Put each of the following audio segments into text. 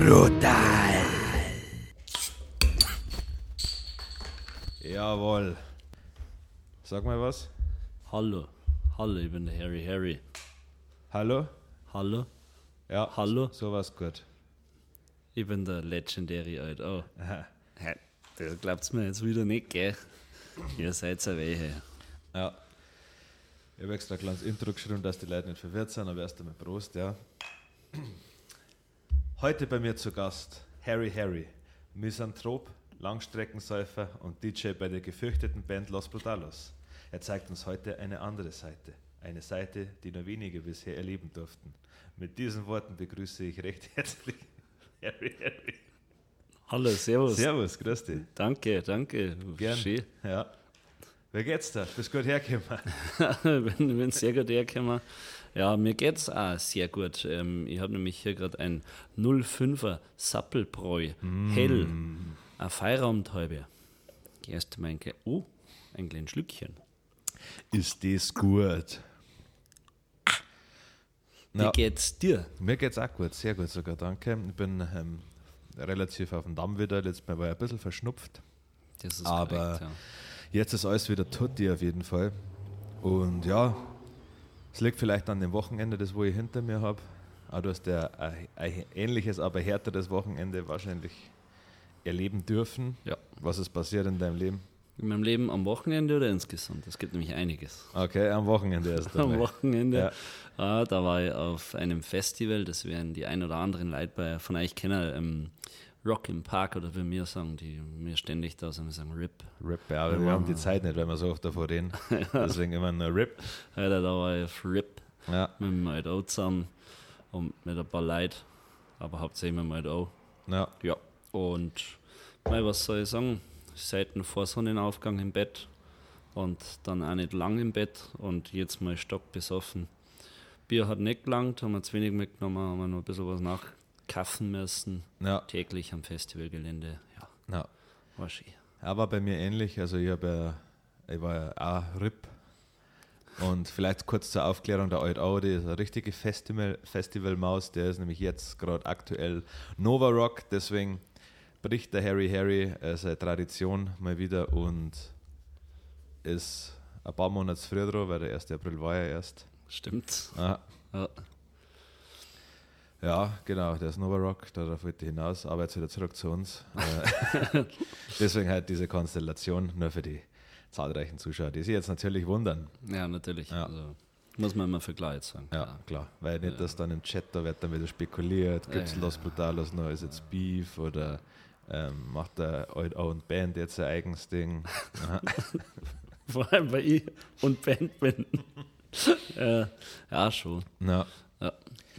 Brutal. Jawohl. Sag mal was. Hallo, ich bin der Harry. Hallo? Hallo, Ja. Hallo? So war's gut. ich bin der Legendary Alter. Oh, Aha. das glaubt's mir jetzt wieder nicht, gell? Ihr seid ja welche. Ja. Ich habe extra ein kleines Intro geschrieben, dass die Leute nicht verwirrt sind, aber erst einmal Prost, ja. Heute bei mir zu Gast Harry, Misanthrop, Langstreckensäufer und DJ bei der gefürchteten Band Los Brutalos. Er zeigt uns heute eine andere Seite. Eine Seite, die nur wenige bisher erleben durften. Mit diesen Worten begrüße ich recht herzlich Harry. Hallo, servus. Servus, grüß dich. Danke. Gern. Schön. Ja. Wie geht's dir? Bist gut hergekommen? bin sehr gut hergekommen. Ja, mir geht's auch sehr gut. Ich habe nämlich hier gerade ein 05er Sappelbräu, hell, ein Feierabendhalbe. Erst mein ein kleines Schlückchen. Ist das gut? Wie geht's dir? Mir geht's auch gut, sehr gut sogar, danke. Ich bin relativ auf dem Damm wieder, letztes Mal war ich ein bisschen verschnupft, Das ist aber korrekt, ja. jetzt ist alles wieder tutti auf jeden Fall. Und ja, es liegt vielleicht an dem Wochenende, das wo ich hinter mir habe. Aber du hast ja ein ähnliches, aber härteres Wochenende wahrscheinlich erleben dürfen. Ja. Was ist passiert in deinem Leben? In meinem Leben am Wochenende oder insgesamt? Es gibt nämlich einiges. Okay, am Wochenende erst Am einmal. Wochenende, da war ich auf einem Festival, das werden die ein oder anderen Leute von euch kennen, Rock im Park oder wie wir sagen, die mir ständig da sind, wir sagen RIP. RIP, ja, aber wir haben die Zeit nicht, weil wir so oft davor reden. Deswegen immer nur RIP. Alter, da war ich auf RIP Ja, mit dem Alter zusammen und mit ein paar Leuten, aber hauptsächlich mit dem Alter. ja. Ja, und was soll ich sagen? Selten vor Sonnenaufgang im Bett und dann auch nicht lang im Bett und jetzt mal stockbesoffen. Bier hat nicht gelangt, haben wir zu wenig mitgenommen, haben wir noch ein bisschen was nachkaffen müssen. Ja. Täglich am Festivalgelände. Ja, Ja. war schön. Ja, war bei mir ähnlich. Also ich war ja auch RIP. Und vielleicht kurz zur Aufklärung, der Alt Audi ist eine richtige Festivalmaus, der ist nämlich jetzt gerade aktuell Nova Rock, deswegen bricht der Harry seine Tradition mal wieder und ist ein paar Monate früher dran, weil der 1. April war ja erst. Stimmt. Ah, Ja. ja, genau, der ist Nova Rock, darauf wollte ich hinaus, aber jetzt wieder zurück zu uns. Deswegen halt diese Konstellation nur für die zahlreichen Zuschauer, die sich jetzt natürlich wundern. Ja, natürlich. Ja. Also, muss man immer für Klarheit sagen. Ja, klar, weil nicht, dass dann im Chat da wird dann wieder spekuliert, gibt es Los Brutalos noch, ist jetzt Beef oder macht der Old Own Band jetzt ein eigenes Ding. Vor allem, weil ich und Band bin. Ja, schon. Ja. Ja.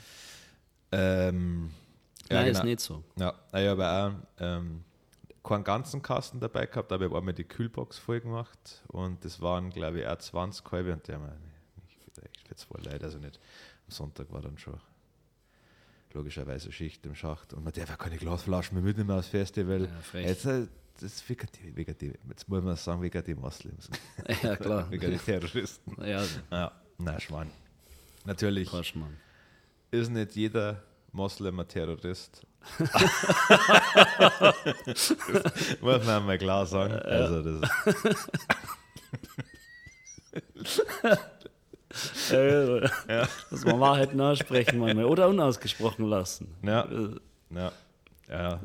Nein, Nein, ist nicht so. Ja, ich habe auch keinen ganzen Kasten dabei gehabt, aber ich habe einmal die Kühlbox voll gemacht und das waren, glaube ich, auch 20 halbe und die haben ich für 2 Leute, also nicht. Am Sonntag war dann schon logischerweise Schicht im Schacht und man darf ja keine Glasflaschen mehr mitnehmen aus Festival. Ja, frech. Jetzt, das ist wegen die, jetzt muss man sagen, wegen die Moslems, Ja, klar. wegen die Terroristen. Ja, Ja, nein, Schmarrn. Natürlich Quatschmann. ist nicht jeder Moslem ein Terrorist. Das muss man einmal klar sagen. Also das Das man Wahrheit nachsprechen manchmal oder unausgesprochen lassen. ja, ja.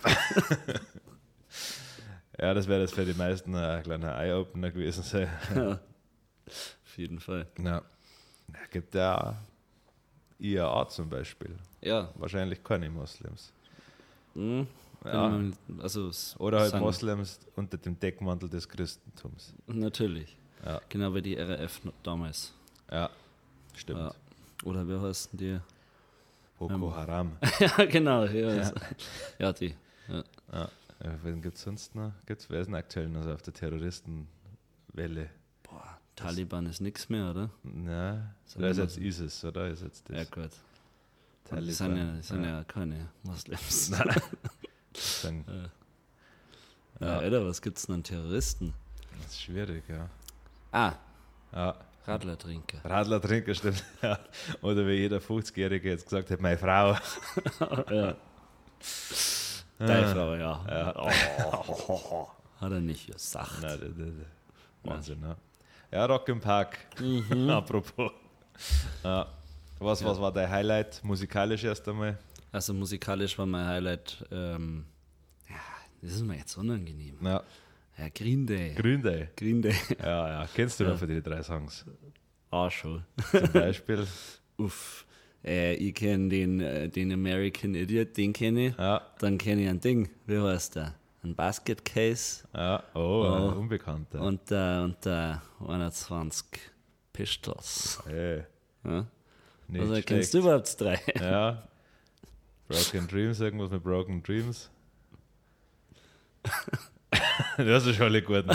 Ja, das wäre das für die meisten ein kleiner Eye-Opener gewesen sein. Ja, auf jeden Fall. Ja. Gibt ja IAA zum Beispiel. Ja, Wahrscheinlich keine Moslems. ja. Also Oder halt sind- Moslems unter dem Deckmantel des Christentums. Natürlich. Ja. Genau wie die RAF damals. Ja, stimmt. Ja. Oder wie heißen die? Boko Haram. Ja, genau. Ja, die. Ja. Ja. Wen gibt es sonst noch? Wer ist denn aktuell noch so auf der Terroristenwelle? Boah, Taliban ist nichts mehr, oder? Na, Sind da ist wir jetzt ISIS, oder? Ist jetzt das Ja, gut. Die Taliban. sind ja keine Moslems. Sagen, Ja, Alter, was gibt's denn an Terroristen? das ist schwierig, ja. Ah, Ja, Radlertrinker. Radlertrinker stimmt. Ja. Oder wie jeder 50-Jährige jetzt gesagt hat, meine Frau. Ja. Deine Frau, ja. Oh. Hat er nicht gesagt. Nein, Wahnsinn, ne? Ja, Rock im Park. Apropos. Ja. Was war dein Highlight musikalisch erst einmal? Also musikalisch war mein Highlight, das ist mir jetzt unangenehm. Ja. Ja, Green Day. Green Day. Green Day. Ja. Kennst du noch für die 3 Songs? Schon. Zum Beispiel? Uff. Ich kenne den American Idiot, den kenne ich. Ja. Dann kenne ich ein Ding, wie heißt der? Ein Basket Case. Ja, ein Unbekannter. Und der 21 Pistols. Hey, Ja? nicht Also schlecht. kennst du überhaupt 3? Ja. Broken Dreams, irgendwas mit Broken Dreams. Das ist schon alle gut.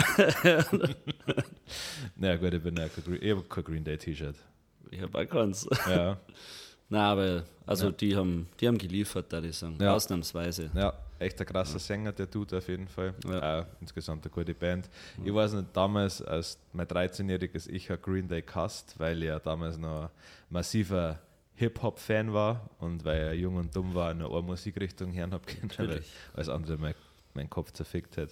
Na gut, ich habe kein Green Day T-Shirt. Ich habe auch keins. Ja. Nein, aber also die haben geliefert, da ich sagen. Ja. Ausnahmsweise. Ja, echt ein krasser Sänger, der tut auf jeden Fall. Ja. Insgesamt eine gute Band. Ich weiß nicht, damals, als mein 13-jähriges Ich habe Green Day gehasst, weil ich ja damals noch ein massiver Hip-Hop-Fan war und weil er jung und dumm war, in eine Musikrichtung hören habe können, weil alles andere mein Kopf zerfickt hat.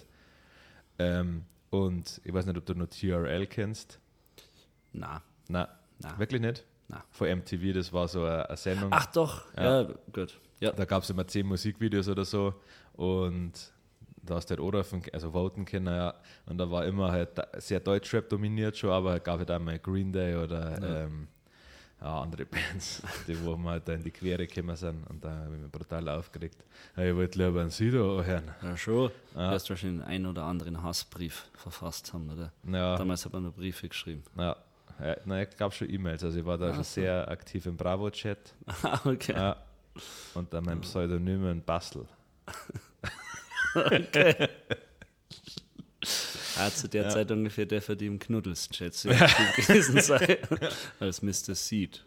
Und ich weiß nicht, ob du noch TRL kennst. Nein. Nein, wirklich nicht? Nein. Von MTV, das war so eine Sendung. Ach doch, ja, gut. Ja. Da gab es immer 10 Musikvideos oder so und da hast du halt anrufen, also voten können, ja. Und da war immer halt sehr Deutschrap dominiert schon, aber es gab halt auch mal Green Day oder andere Bands, wo wir halt da in die Quere gekommen sind und da habe ich mich brutal aufgeregt. Ich wollte lieber einen Sido hören. Ja, schon. Du wirst wahrscheinlich einen oder anderen Hassbrief verfasst haben, oder? Ja. Damals hat man nur Briefe geschrieben. Ja. Nein, ich glaube schon E-Mails, also ich war da schon sehr aktiv im Bravo-Chat. Okay. Ja. Und dann mein Pseudonym ein Bastel. Okay. Zu der Zeit ungefähr der für die im Knuddels-Chat sehr aktiv gewesen sei. Als Mr. Seed.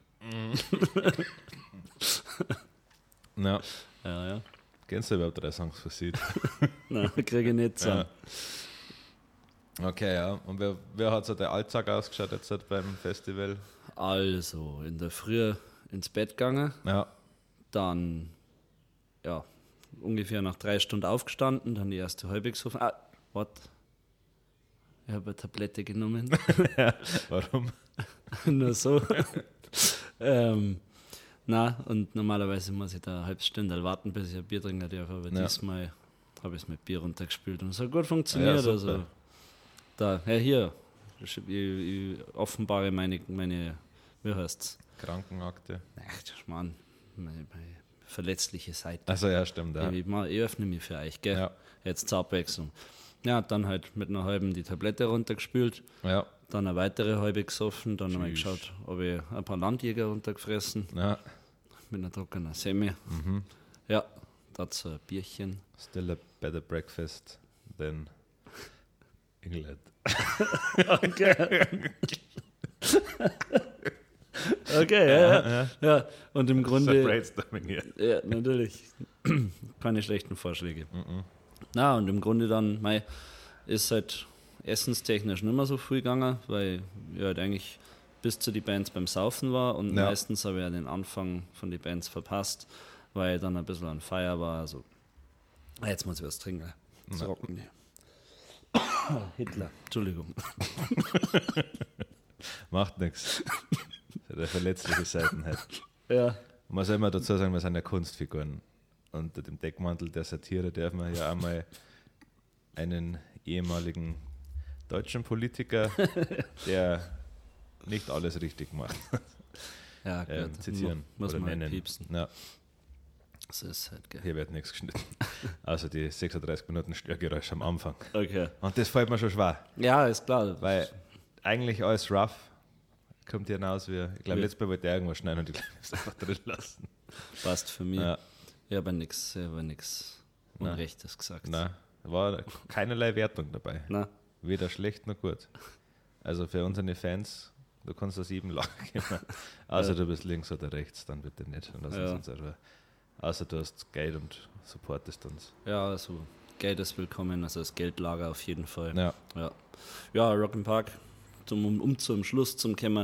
Ja. Ja. Kennst du überhaupt 3 Songs von Seed? Nein, kriege ich nicht zusammen. Okay, ja. Und wer hat so der Alltag ausgeschaut jetzt halt beim Festival? Also, in der Früh ins Bett gegangen, Ja. dann ungefähr nach 3 Stunden aufgestanden, dann die erste halbe gesoffen. Warte. Ich habe eine Tablette genommen. Warum? Nur so. Und normalerweise muss ich da eine halbe Stunde warten, bis ich ein Bier trinken darf, aber diesmal habe ich es mit Bier runtergespült und es hat gut funktioniert. Ja, also hier, ich offenbare meine wie heißt's? Krankenakte. Ach, Mann, meine verletzliche Seite. Also ja, stimmt. Ja. Ich öffne mich für euch, gell? Ja. Jetzt zur Abwechslung. Ja, dann halt mit einer halben die Tablette runtergespült, Ja. dann eine weitere halbe gesoffen, dann einmal geschaut, ob ich ein paar Landjäger runtergefressen, Ja. mit einer trockenen Semmel. Ja, dazu ein Bierchen. Still a better breakfast than England. Okay. Okay, ja. Und im Grunde. Brainstorming hier. Ja, natürlich. Keine schlechten Vorschläge. Na, und im Grunde dann, ist halt essenstechnisch nicht mehr so viel gegangen, weil ich halt eigentlich bis zu die Bands beim Saufen war und meistens habe ich ja den Anfang von den Bands verpasst, weil ich dann ein bisschen an Feier war. Also, jetzt muss ich was trinken. Das Rocken hier. Hitler, Entschuldigung. Macht nichts. Der verletzliche Seiten hat. Ja. Man muss immer dazu sagen, wir sind ja Kunstfiguren. Unter dem Deckmantel der Satire dürfen wir ja einmal einen ehemaligen deutschen Politiker, der nicht alles richtig macht, Ja, gut. zitieren Muss oder man nennen. piepsen. Ja, Das ist halt, gell. hier wird nichts geschnitten. Also die 36 Minuten Störgeräusche am Anfang. Okay. Und das fällt mir schon schwer, Ja, ist klar. weil eigentlich alles rough kommt hier hinaus wie, ich glaube, Ja. letztes Mal wollte er irgendwas schneiden und ich glaube, ich es einfach drin lassen. Passt für mich. Ja. Ich habe nichts Unrechtes gesagt. Nein, war keinerlei Wertung dabei. Na, Weder schlecht noch gut. Also für unsere Fans, du kannst das 7 lachen. Außer du bist links oder rechts, dann bitte nicht. Und das ist uns also, außer du hast Geld und supportest uns. ja, also Geld ist willkommen, also das Geldlager auf jeden Fall. Ja. Ja, Rock'n'Park, zum Schluss zum Kommen,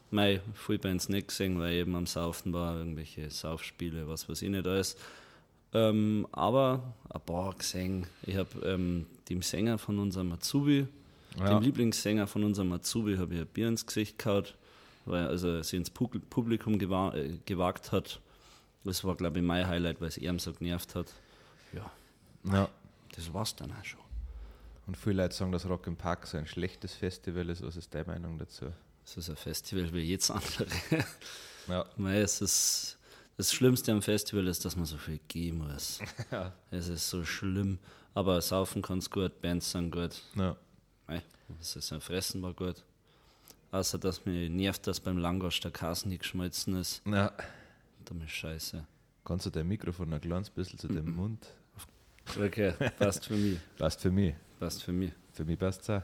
viel Bands nicht gesehen, weil ich eben am Saufen war, irgendwelche Saufspiele, was weiß ich nicht alles. aber ein paar gesehen. Ich habe dem Sänger von unserem Azubi, Ja. dem Lieblingssänger von unserem Azubi, habe ich ein Bier ins Gesicht gehauen, weil er sie ins Publikum gewagt hat. Das war, glaube ich, mein Highlight, weil es ihm so genervt hat. Ja, Ja. das war's dann auch schon. Und viele Leute sagen, dass Rock im Park so ein schlechtes Festival ist. Was ist deine Meinung dazu? Es ist ein Festival wie jedes andere. Ja. Weil es ist, das Schlimmste am Festival ist, dass man so viel gehen muss. Ja. Es ist so schlimm. Aber saufen kann's gut, Bands sind gut. Ja. Mei, das ist ein Fressen war gut. Außer, dass mich nervt, dass beim Langosch der Kasen nicht geschmolzen ist. Ja. Dumme Scheiße. Kannst du dein Mikrofon ein kleines bisschen zu dem Mund? Okay, passt für mich. Passt für mich. Passt für mich. Für mich passt es auch.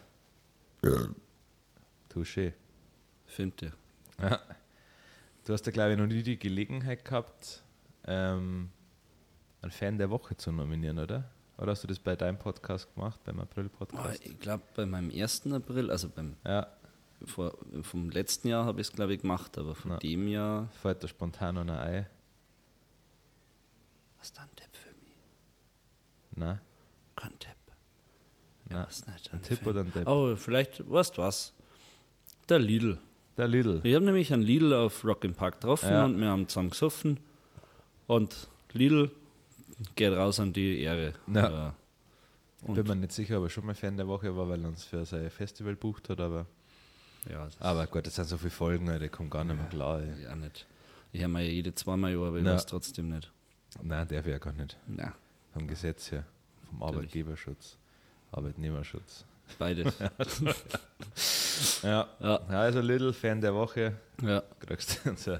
Touché. Findet ihr. Ja. Du hast ja, glaube ich, noch nie die Gelegenheit gehabt, einen Fan der Woche zu nominieren, oder? Oder hast du das bei deinem Podcast gemacht, beim April-Podcast? Ich glaube, bei meinem 1. April, also Ja, vom letzten Jahr habe ich es, glaube ich, gemacht, aber von Na. dem Jahr. fällt da spontan noch ein Ei. Was ist ein Tipp für mich? Nein, Kein Tipp. nein. Was nicht, Ein Tipp oder ein Tipp? Oh, vielleicht, weißt du was? Der Lidl. Der Lidl. Ich habe nämlich einen Lidl auf Rock im Park getroffen Ja. und wir haben zusammen gesoffen. Und Lidl geht raus an die Ehre. Ja. Und Bin mir nicht sicher, ob er schon mal Fan der Woche war, weil er uns für sein Festival bucht hat, aber gut, das sind so viele Folgen, die kommen gar nicht mehr klar. Ey. ja nicht. Ich habe mir jede zweimal Jahr, aber ich Ja. weiß trotzdem nicht. Nein, darf ich ja gar nicht. Na, Vom Gesetz her. Vom Natürlich. Arbeitgeberschutz. Arbeitnehmerschutz. beide. Ja. Ja. Also Lidl, Fan der Woche. Ja. Kriegst du so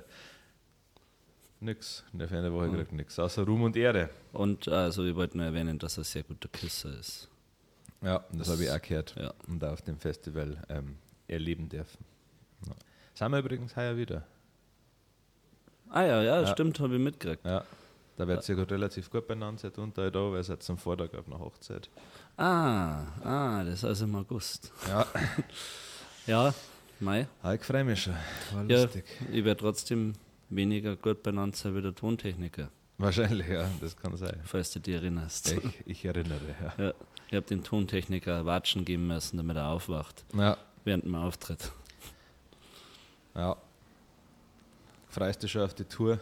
nix. Der Fan der Woche kriegt nix. Außer Ruhm und Ehre. Und also ich wollte nur erwähnen, dass er ein sehr guter Kisser ist. Ja, das habe ich auch gehört. Ja. Und auf dem Festival erleben dürfen. Ja. Sind wir übrigens heuer wieder. Ah ja, Ja. stimmt, habe ich mitgekriegt. Ja. Da wird es ja relativ gut beieinander seit unter da, weil es jetzt am Vortag auf einer Hochzeit. Das ist also im August. Ja, Ja, Mai. ich freue mich schon. War Ja, lustig. ich werde trotzdem weniger gut benannt sein wie der Tontechniker, Wahrscheinlich, ja, das kann sein. falls du dich erinnerst. Ich erinnere, ja. Ja, ich habe dem Tontechniker Watschen geben müssen, damit er aufwacht Ja, während dem Auftritt. ja. Freust du schon auf die Tour?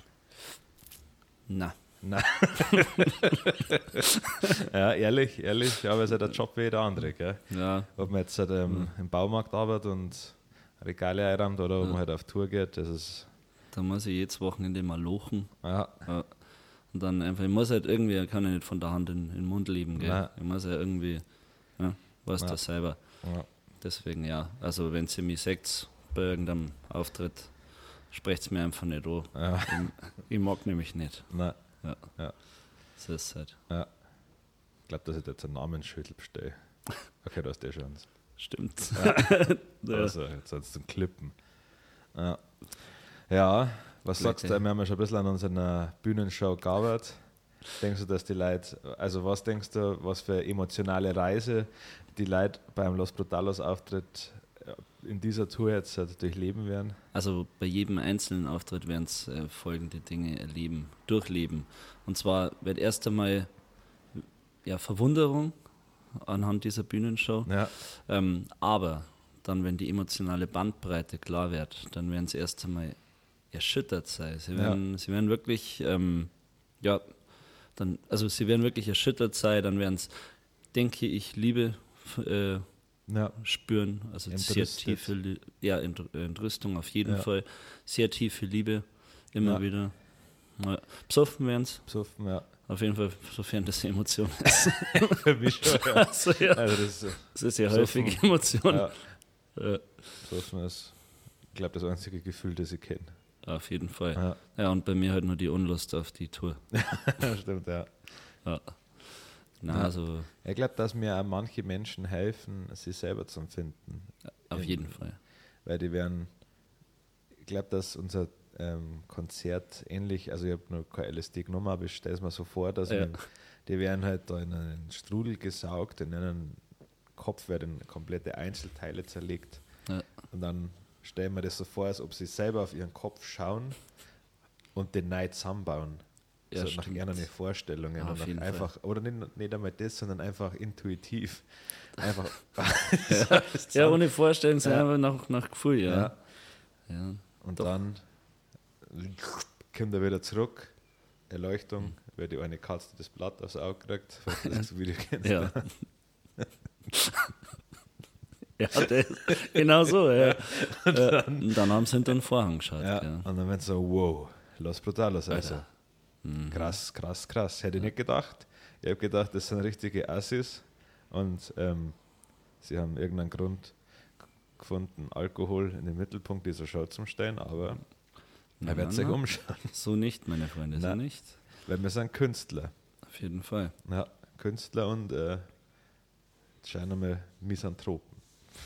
Na, Nein. Ja, ehrlich, aber es ist ja der Job wie jeder andere, gell? ja, Ob man jetzt halt, im Baumarkt arbeitet und Regale einräumt oder ob man halt auf Tour geht, das ist, da muss ich jedes Wochenende mal lochen. ja, Ja. Und dann einfach, ich muss halt irgendwie, ich kann ja nicht von der Hand in den Mund leben, gell? Nein. Ich muss ja irgendwie, ja, weißt Ja. du selber. ja. Deswegen ja, also wenn sie mich seht bei irgendeinem Auftritt, sprecht es mir einfach nicht an. Ja. Ich mag nämlich nicht. Nein, Ja. Ja. Das ist halt. ja. Ich glaube, dass ich da jetzt einen Namensschild bestelle. Okay, du hast ja schon. Stimmt. Ja. Also, jetzt hat es zum Klippen. Ja, ja, was Blödsinn. sagst du? Wir haben ja schon ein bisschen an unserer Bühnenshow gearbeitet. Denkst du, dass die Leute, also was denkst du, was für emotionale Reise die Leute beim Los Brutalos Auftritt in dieser Tour jetzt durchleben werden? Also bei jedem einzelnen Auftritt werden es folgende Dinge durchleben. Und zwar wird erst einmal Verwunderung anhand dieser Bühnenshow. Ja, Aber dann, wenn die emotionale Bandbreite klar wird, dann werden sie erst einmal erschüttert sein. Sie werden wirklich, sie werden wirklich erschüttert sein, dann werden es, denke ich, Liebe ja, spüren, also sehr Entrüstet. tiefe, Entrüstung auf jeden Ja. Fall, sehr tiefe Liebe, immer Ja. wieder. Ja. Besoffen werden es, besoffen, ja. auf jeden Fall, sofern das Emotion ist. Für mich schon, ja. Also, ja. Also das ist, Das ist ja Besoffen. häufig Emotion. ja, Ja. besoffen ist, ich glaube, das einzige Gefühl, das ich kenne. Auf jeden Fall. Ja. Ja, und bei mir halt nur die Unlust auf die Tour. Stimmt, ja. Ja. Na, Ja. also Ich glaube, dass mir auch manche Menschen helfen, sich selber zu finden. auf jeden Fall. Weil die werden, ich glaube, dass unser Konzert ähnlich, also ich habe noch kein LSD genommen, aber ich stelle es mir so vor, dass Ja. die werden halt da in einen Strudel gesaugt, in einen Kopf werden komplette Einzelteile zerlegt. Ja. Und dann stellen wir das so vor, als ob sie selber auf ihren Kopf schauen und den Neid zusammenbauen. Ja, so nach stimmt. gerne Vorstellungen Ja, und auf nach jeden einfach, oder nicht einmal das, sondern einfach intuitiv. Einfach. Ja, ohne Vorstellung, Ja. sondern einfach nach Gefühl, ja. Ja. Ja. Und Doch. dann kommt er wieder zurück, Erleuchtung, weil die eine Katze das Blatt aufs Auge kriegt, falls du das Video kennst. Ja. Ja, genau so, ja. Und dann haben sie hinter den Vorhang geschaut. Ja. Ja. Und dann wird so, wow, Los Brutalos, also. Alter. Mhm. Krass, krass, krass. Hätte ich nicht gedacht. Ich habe gedacht, das sind richtige Assis und sie haben irgendeinen Grund gefunden, Alkohol in den Mittelpunkt dieser Show zu stellen, aber er wird sich umschauen, So nicht, meine Freunde, so Nein. nicht. weil wir sind Künstler. Auf jeden Fall. Ja, Künstler und scheinen wir Misanthropen.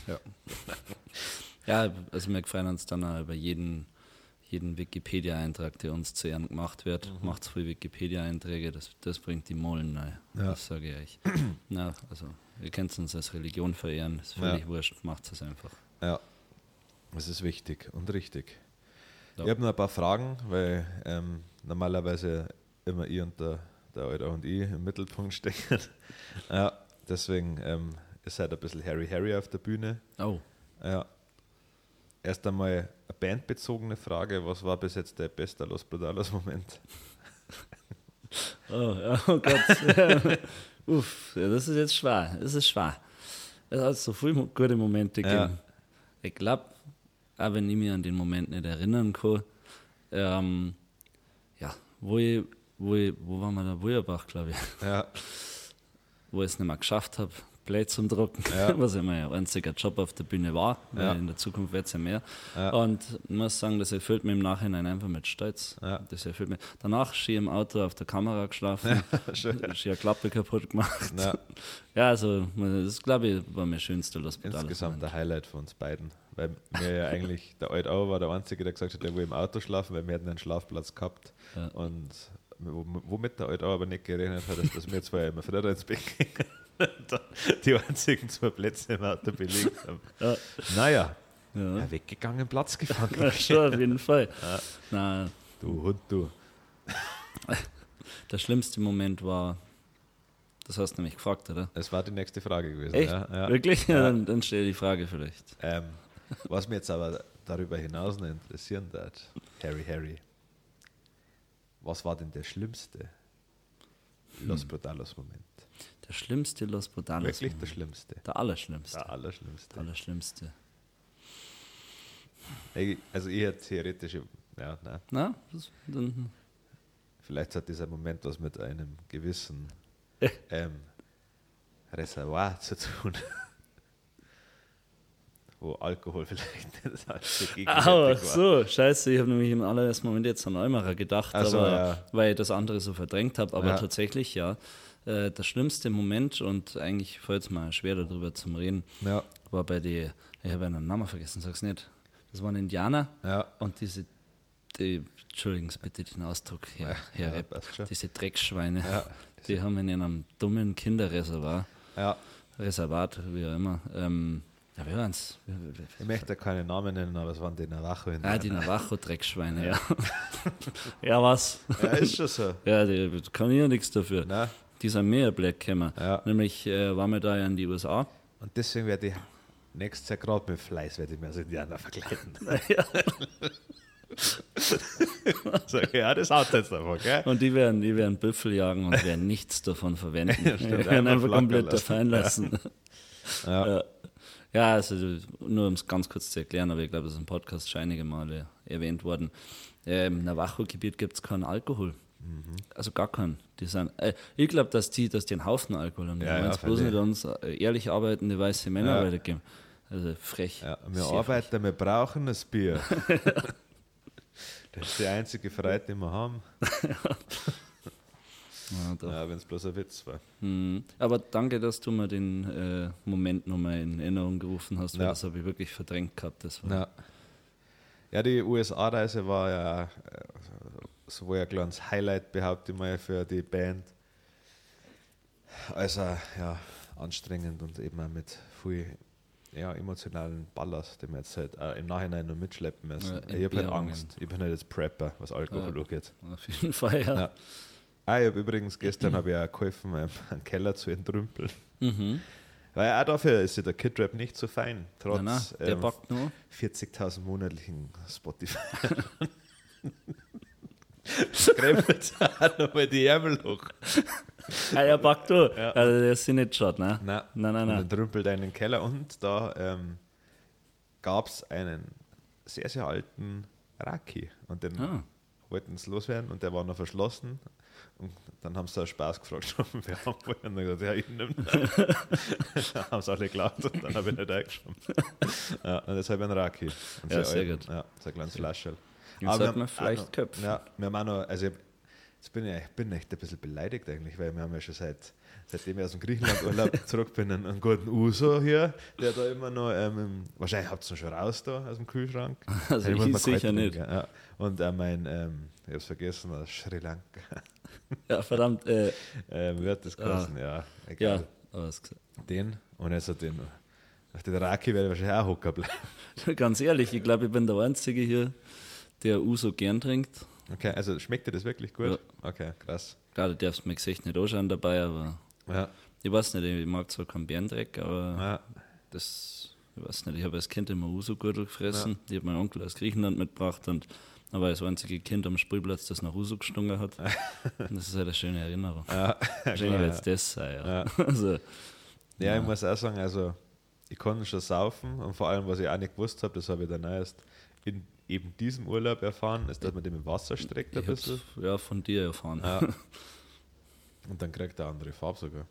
Ja, also wir freuen uns dann auch über jeden Wikipedia-Eintrag, der uns zu Ehren gemacht wird. Macht so viele Wikipedia-Einträge, das bringt die Mollen rein. Ja. Das sage ich euch. Na, also, ihr könnt uns als Religion verehren, ist völlig wurscht, macht es einfach. Ja, das ist wichtig und richtig. Ja. Ich habe noch ein paar Fragen, weil normalerweise immer ich und der Alter und ich im Mittelpunkt stecken. Ja, deswegen ist halt ein bisschen Harry auf der Bühne. Oh, Ja. Erst einmal eine bandbezogene Frage. Was war bis jetzt der beste Los Brutalos Moment? oh Gott. Uff, ja, das ist jetzt schwer. Das ist schwer. Es hat so viele gute Momente gegeben. Ja. Ich glaube, auch wenn ich mich an den Moment nicht erinnern kann, ja, wo waren wir da? Wujerbach, glaube ich. Ja, Wo ich es nicht mehr geschafft habe, Play zum Drucken, Ja. was ja mein einziger Job auf der Bühne war, weil Ja. in der Zukunft wird es ja mehr. Ja. Und ich muss sagen, das erfüllt mich im Nachhinein einfach mit Stolz. Ja. Das erfüllt mich. Danach schier im Auto auf der Kamera geschlafen, schön. schier eine Klappe kaputt gemacht. Ja. Ja, also das glaube ich war mein schönster Los Brutalos Insgesamt Moment. der Highlight für uns beiden. Weil mir ja eigentlich, der Altau war der Einzige, der gesagt hat, der will im Auto schlafen, weil wir hätten einen Schlafplatz gehabt. Ja. Und womit der Altau aber nicht gerechnet hat, ist, dass wir zwei immer früher ins Bett gehen. Die einzigen 2 Plätze im Auto belegt haben. Ja. Naja, Ja. weggegangen, Platz gefangen. Ja, schon, auf jeden Fall. Na, Du Hund, du. der schlimmste Moment war, das hast du nämlich gefragt, oder? Das war die nächste Frage gewesen. Echt? Ja, ja. Wirklich? Ja. Dann stell die Frage vielleicht. Was mich jetzt aber darüber hinaus noch interessieren wird, Harry, was war denn der schlimmste Los Brutalos Moment? Der schlimmste Los Brutalos Wirklich Moment. der schlimmste. Der allerschlimmste. Der allerschlimmste. Der allerschlimmste. Also ich hätte theoretisch, ja, nein, Na, dann, vielleicht hat dieser Moment was mit einem gewissen Reservoir zu tun, wo Alkohol vielleicht nicht allzu gegenwärtig war. so, scheiße, ich habe nämlich im allerersten Moment jetzt an Neumacher gedacht, Ach so, aber, ja. weil ich das andere so verdrängt habe, aber Ja. tatsächlich, ja, der schlimmste Moment und eigentlich fällt es mir schwer darüber zu reden, Ja, war bei ich habe einen Namen vergessen, sag's nicht, das waren Indianer ja, und Entschuldigen Sie bitte den Ausdruck, Herr ja, Repp, passt schon. diese Drecksschweine, Ja. die haben in einem dummen Kinderreservat, ja. Reservat, wie auch immer, ja, wie waren's? Ich möchte keine Namen nennen, aber es waren die Navajo. Ah, die Navajo-Dreckschweine, ja. Ja, was? Ja, ist schon so. Ja, die kann ich ja nichts dafür. Na? Die sind mehr Black gekommen. Ja. Nämlich waren wir da ja in die USA. Und deswegen werde ich nächstes Jahr gerade mit Fleiß werde ich mir als Indianer verkleiden. Ja. Sag, ja, das haut jetzt einfach, gell? Und die werden Büffel jagen und werden nichts davon verwenden. Ja, stimmt, Die werden einfach einfach komplett flackern davon lassen. Ja. Ja. Ja, also nur um es ganz kurz zu erklären, aber ich glaube, das ist im Podcast schon einige Male erwähnt worden. Im Navajo-Gebiet gibt es keinen Alkohol. Also gar keinen. Die sind, ich glaube, dass die einen Haufen Alkohol haben. Ja, Die wollen ja, bloß völlig. nicht uns ehrlich arbeitende weiße Männer Ja. weitergeben. Also frech. Ja, wir Sehr arbeiten, wir brauchen das Bier. Das ist die einzige Freiheit, die wir haben. Ja, doch. Ja, wenn es bloß ein Witz war. Aber danke, dass du mir den Moment nochmal in Erinnerung gerufen hast, weil Ja. das habe ich wirklich verdrängt gehabt. Das war, Ja, ja, die USA-Reise war ja so wohl ein kleines Highlight, behaupte ich mal, für die Band. Also ja, anstrengend und eben auch mit viel emotionalen Ballast, den wir jetzt halt im Nachhinein noch mitschleppen müssen. Ja, Ich habe halt Entbehrungen. Angst. Ich bin halt jetzt Prepper, was Alkohol angeht. Auf jeden Fall, ja. Ja. Ich habe übrigens gestern auch geholfen, einen Keller zu entrümpeln. Mhm. Weil auch dafür ist ja der Kidrap nicht so fein, trotz Nein, der packt nur. 40.000 monatlichen Spotify. Krempelt auch nochmal die Ärmel hoch. Er packt nur. Ja. Also der ist nicht schade, ne? Nein. Nein. Und entrümpelt einen Keller und da gab es einen sehr, sehr alten Raki und den wollten sie loswerden und der war noch verschlossen. Und dann haben sie auch Spaß gefragt, ob wir haben wollen. Und dann gesagt, ja, ich nehme Dann haben sie alle geglaubt und dann habe ich nicht eingeschoben. Ja, und jetzt habe ich einen Raki. Und Ja, sehr gut. Ja, so ein kleines Flascherl. Jetzt sollte man vielleicht köpfen. Ja, wir haben auch noch, also jetzt bin ich echt ein bisschen beleidigt eigentlich, weil wir haben ja schon seitdem ich aus dem Griechenland-Urlaub zurück bin, einen guten Uso hier, der da immer noch, wahrscheinlich habt ihr ihn schon raus da aus dem Kühlschrank. Also Den muss ich man sicher kalt nicht. trinken, ja. Und mein, ich habe es vergessen, aus Sri Lanka. Ja, verdammt. Wird das kosten, ja. Egal. Ja, aber es gesagt. Den und jetzt den. Nach den Raki werde ich wahrscheinlich auch hocken bleiben. Ganz ehrlich, ich glaube, ich bin der Einzige hier, der Uso gern trinkt. Okay, also schmeckt dir das wirklich gut? Ja. Okay, krass. Klar, du darfst mir Gesicht nicht anschauen dabei, aber Ja. ich weiß nicht, ich mag zwar keinen Bärendreck, aber Ja. das, ich weiß nicht, ich habe als Kind immer Uso-Gürtel gefressen. Ich habe meinen Onkel aus Griechenland mitgebracht und er war das einzige Kind am Spielplatz, das nach Uso gestunken hat. Und das ist halt eine schöne Erinnerung. Ja, Wahrscheinlich klar, wird es das sein, ja. Ja. Also, Ja, ich muss auch sagen, also ich kann schon saufen und vor allem, was ich auch nicht gewusst habe, das habe ich dann erst in eben diesem Urlaub erfahren, ist, dass man dem im Wasser streckt ein ich hab's bisschen. ja von dir erfahren. Ja. Und dann kriegt er eine andere Farbe sogar.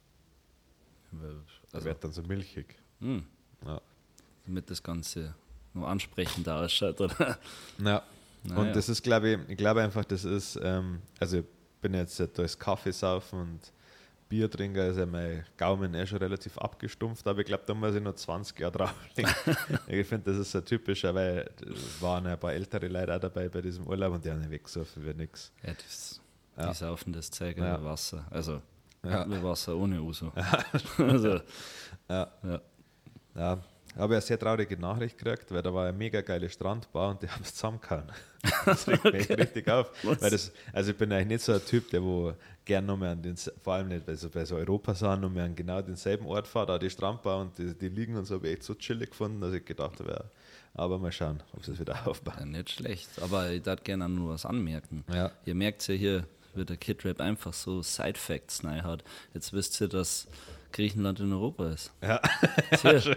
Er Also, wird dann so milchig. Ja. damit das Ganze noch ansprechender ausschaut, oder? Ja. Naja. Und das ist, glaube ich einfach, das ist, also ich bin jetzt da als Kaffee saufen und Biertrinker, ist ja mein Gaumen schon relativ abgestumpft, aber ich glaube, da muss ich noch 20 Jahre drauflegen. Ich finde, das ist so typischer, weil es waren ein paar ältere Leute auch dabei bei diesem Urlaub und die haben nicht weggesoffen wie nix. Ja, die saufen das Zeug Ja. über Wasser. Also Ja. über Wasser ohne Uso. Also, Ja. ja. Ja, habe ich eine sehr traurige Nachricht gekriegt, weil da war eine mega geile Strandbar und die haben es zusammengehauen. Das regt mich richtig auf. Was? Weil also ich bin eigentlich nicht so ein Typ, der wo gern nochmal an den, vor allem nicht bei so Europasachen, nochmal an genau denselben Ort fährt, auch die Strandbar und die liegen und so, habe ich echt so chillig gefunden, dass ich gedacht habe, aber mal schauen, ob sie es wieder aufbauen. Ja, nicht schlecht. Aber ich darf gerne nur was anmerken. Ja. Ihr merkt ja hier, wie der Kidrap einfach so Side-Facts hat. Jetzt wisst ihr, dass Griechenland in Europa ist. Ja. Tja.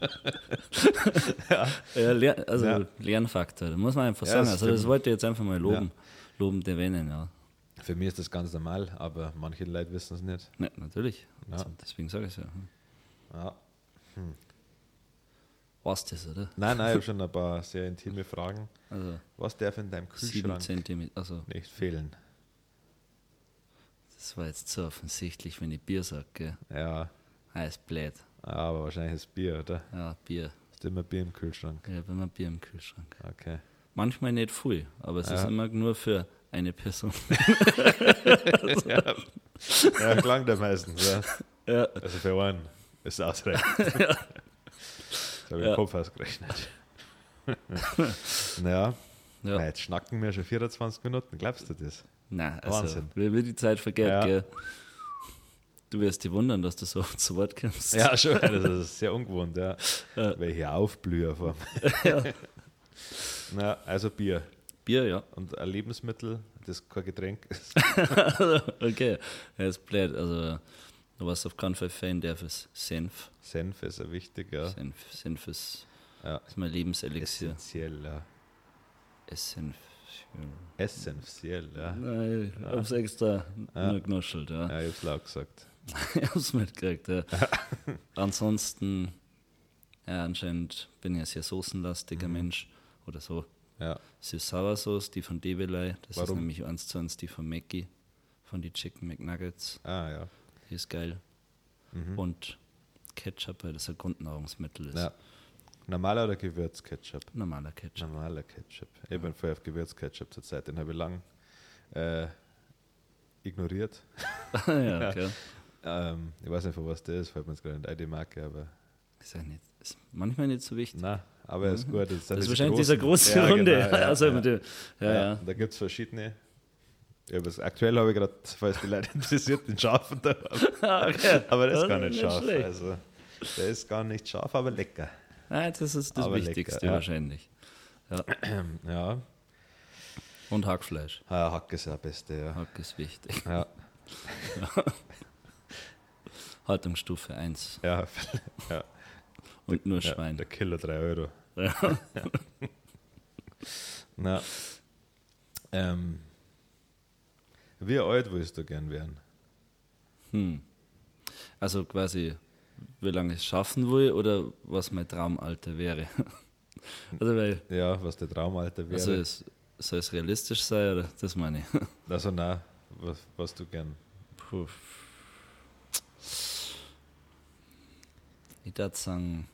Ja. Also Ja. Lernfaktor, da muss man einfach Ja, sagen. das Also das stimmt. wollte ich jetzt einfach mal lobend erwähnen, ja. Für mich ist das ganz normal, aber manche Leute wissen es nicht. Ne, natürlich. Ja. Also, deswegen sage ich es ja. Ja. Was das, oder? Nein, ich habe schon ein paar sehr intime Fragen. Also Was darf in deinem 7 Kühlschrank Zentimeter, also nicht fehlen? das war jetzt so offensichtlich, wenn ich Bier sage, gell? Ja, Heiß blöd. aber wahrscheinlich ist Bier, oder? Ja, Bier. Hast du immer Bier im Kühlschrank? Ich habe immer Bier im Kühlschrank. Okay. Manchmal nicht viel, aber es ist Ja. immer nur für eine Person. Ja, klang der meistens, ja. Ja. Also für einen ist es ausreichend. Das habe ich Ja. im Kopf ausgerechnet. Naja, Ja. jetzt schnacken wir schon 24 Minuten, glaubst du das? Nein, also, Wahnsinn. wie die Zeit vergeht, Ja. gell? Du wirst dich wundern, dass du so oft zu Wort kommst. Ja, schon, das ist sehr ungewohnt, ja. Ja. Weil ich hier aufblühe vor. Ja. Na, also Bier Bier, ja. und ein Lebensmittel, das kein Getränk ist. Okay, ja, ist blöd. Also, du warst auf keinen Fall Fan, der ist Senf. Senf ist ja wichtig, ja. Senf ist, Ja. ist mein Lebenselixier. Essentiell, ja. Senf. Essentiell, ja. Nein, ich hab's extra Ja. nur genuschelt, ja. Ja, ich hab's laut gesagt. Ich hab's mitgekriegt, ja. Ansonsten, ja, anscheinend bin ich ein sehr soßenlastiger Mensch oder so. Ja. Süß-Sauer-Sauce, die von Develei, das ist Warum? nämlich 1:1 die von Mackie, von die Chicken McNuggets, Ah, ja. die ist geil. Und Ketchup, weil das ein Grundnahrungsmittel ist. Ja. Normaler oder Gewürzketchup? Normaler Ketchup. Normaler Ketchup. Ich bin voll auf Gewürzketchup zurzeit, den habe ich lang ignoriert. Ja, okay. Ich weiß nicht, von was der ist, fällt mir jetzt gerade nicht ein, die Marke, aber Ist ja nicht, ist manchmal nicht so wichtig. na, aber er ist gut. Das Das ist wahrscheinlich dieser große ja, Runde. genau, ja, also ja. Mit dem, ja. Da gibt es verschiedene. Ja, aktuell habe ich gerade, falls die Leute interessiert, den scharfen da. Okay. Aber das ist gar Ja, nicht scharf. schlecht. Also, der ist gar nicht scharf, aber lecker. Nein, das ist das Aber Wichtigste lecker, ja. wahrscheinlich. Ja, Und Hackfleisch. Hack ist ja das Beste, ja. Hack ist wichtig. Ja, Haltungsstufe 1 ja, ja. und nur Ja, Schwein. der Kilo 3 Euro. Ja. Na, wie alt willst du gern werden? Also quasi, wie lange ich es schaffen will oder was mein Traumalter wäre. Also weil, Ja, was der Traumalter wäre. also soll es realistisch sein oder das meine ich. Also nein, was du gern. Puh. Ich würde sagen,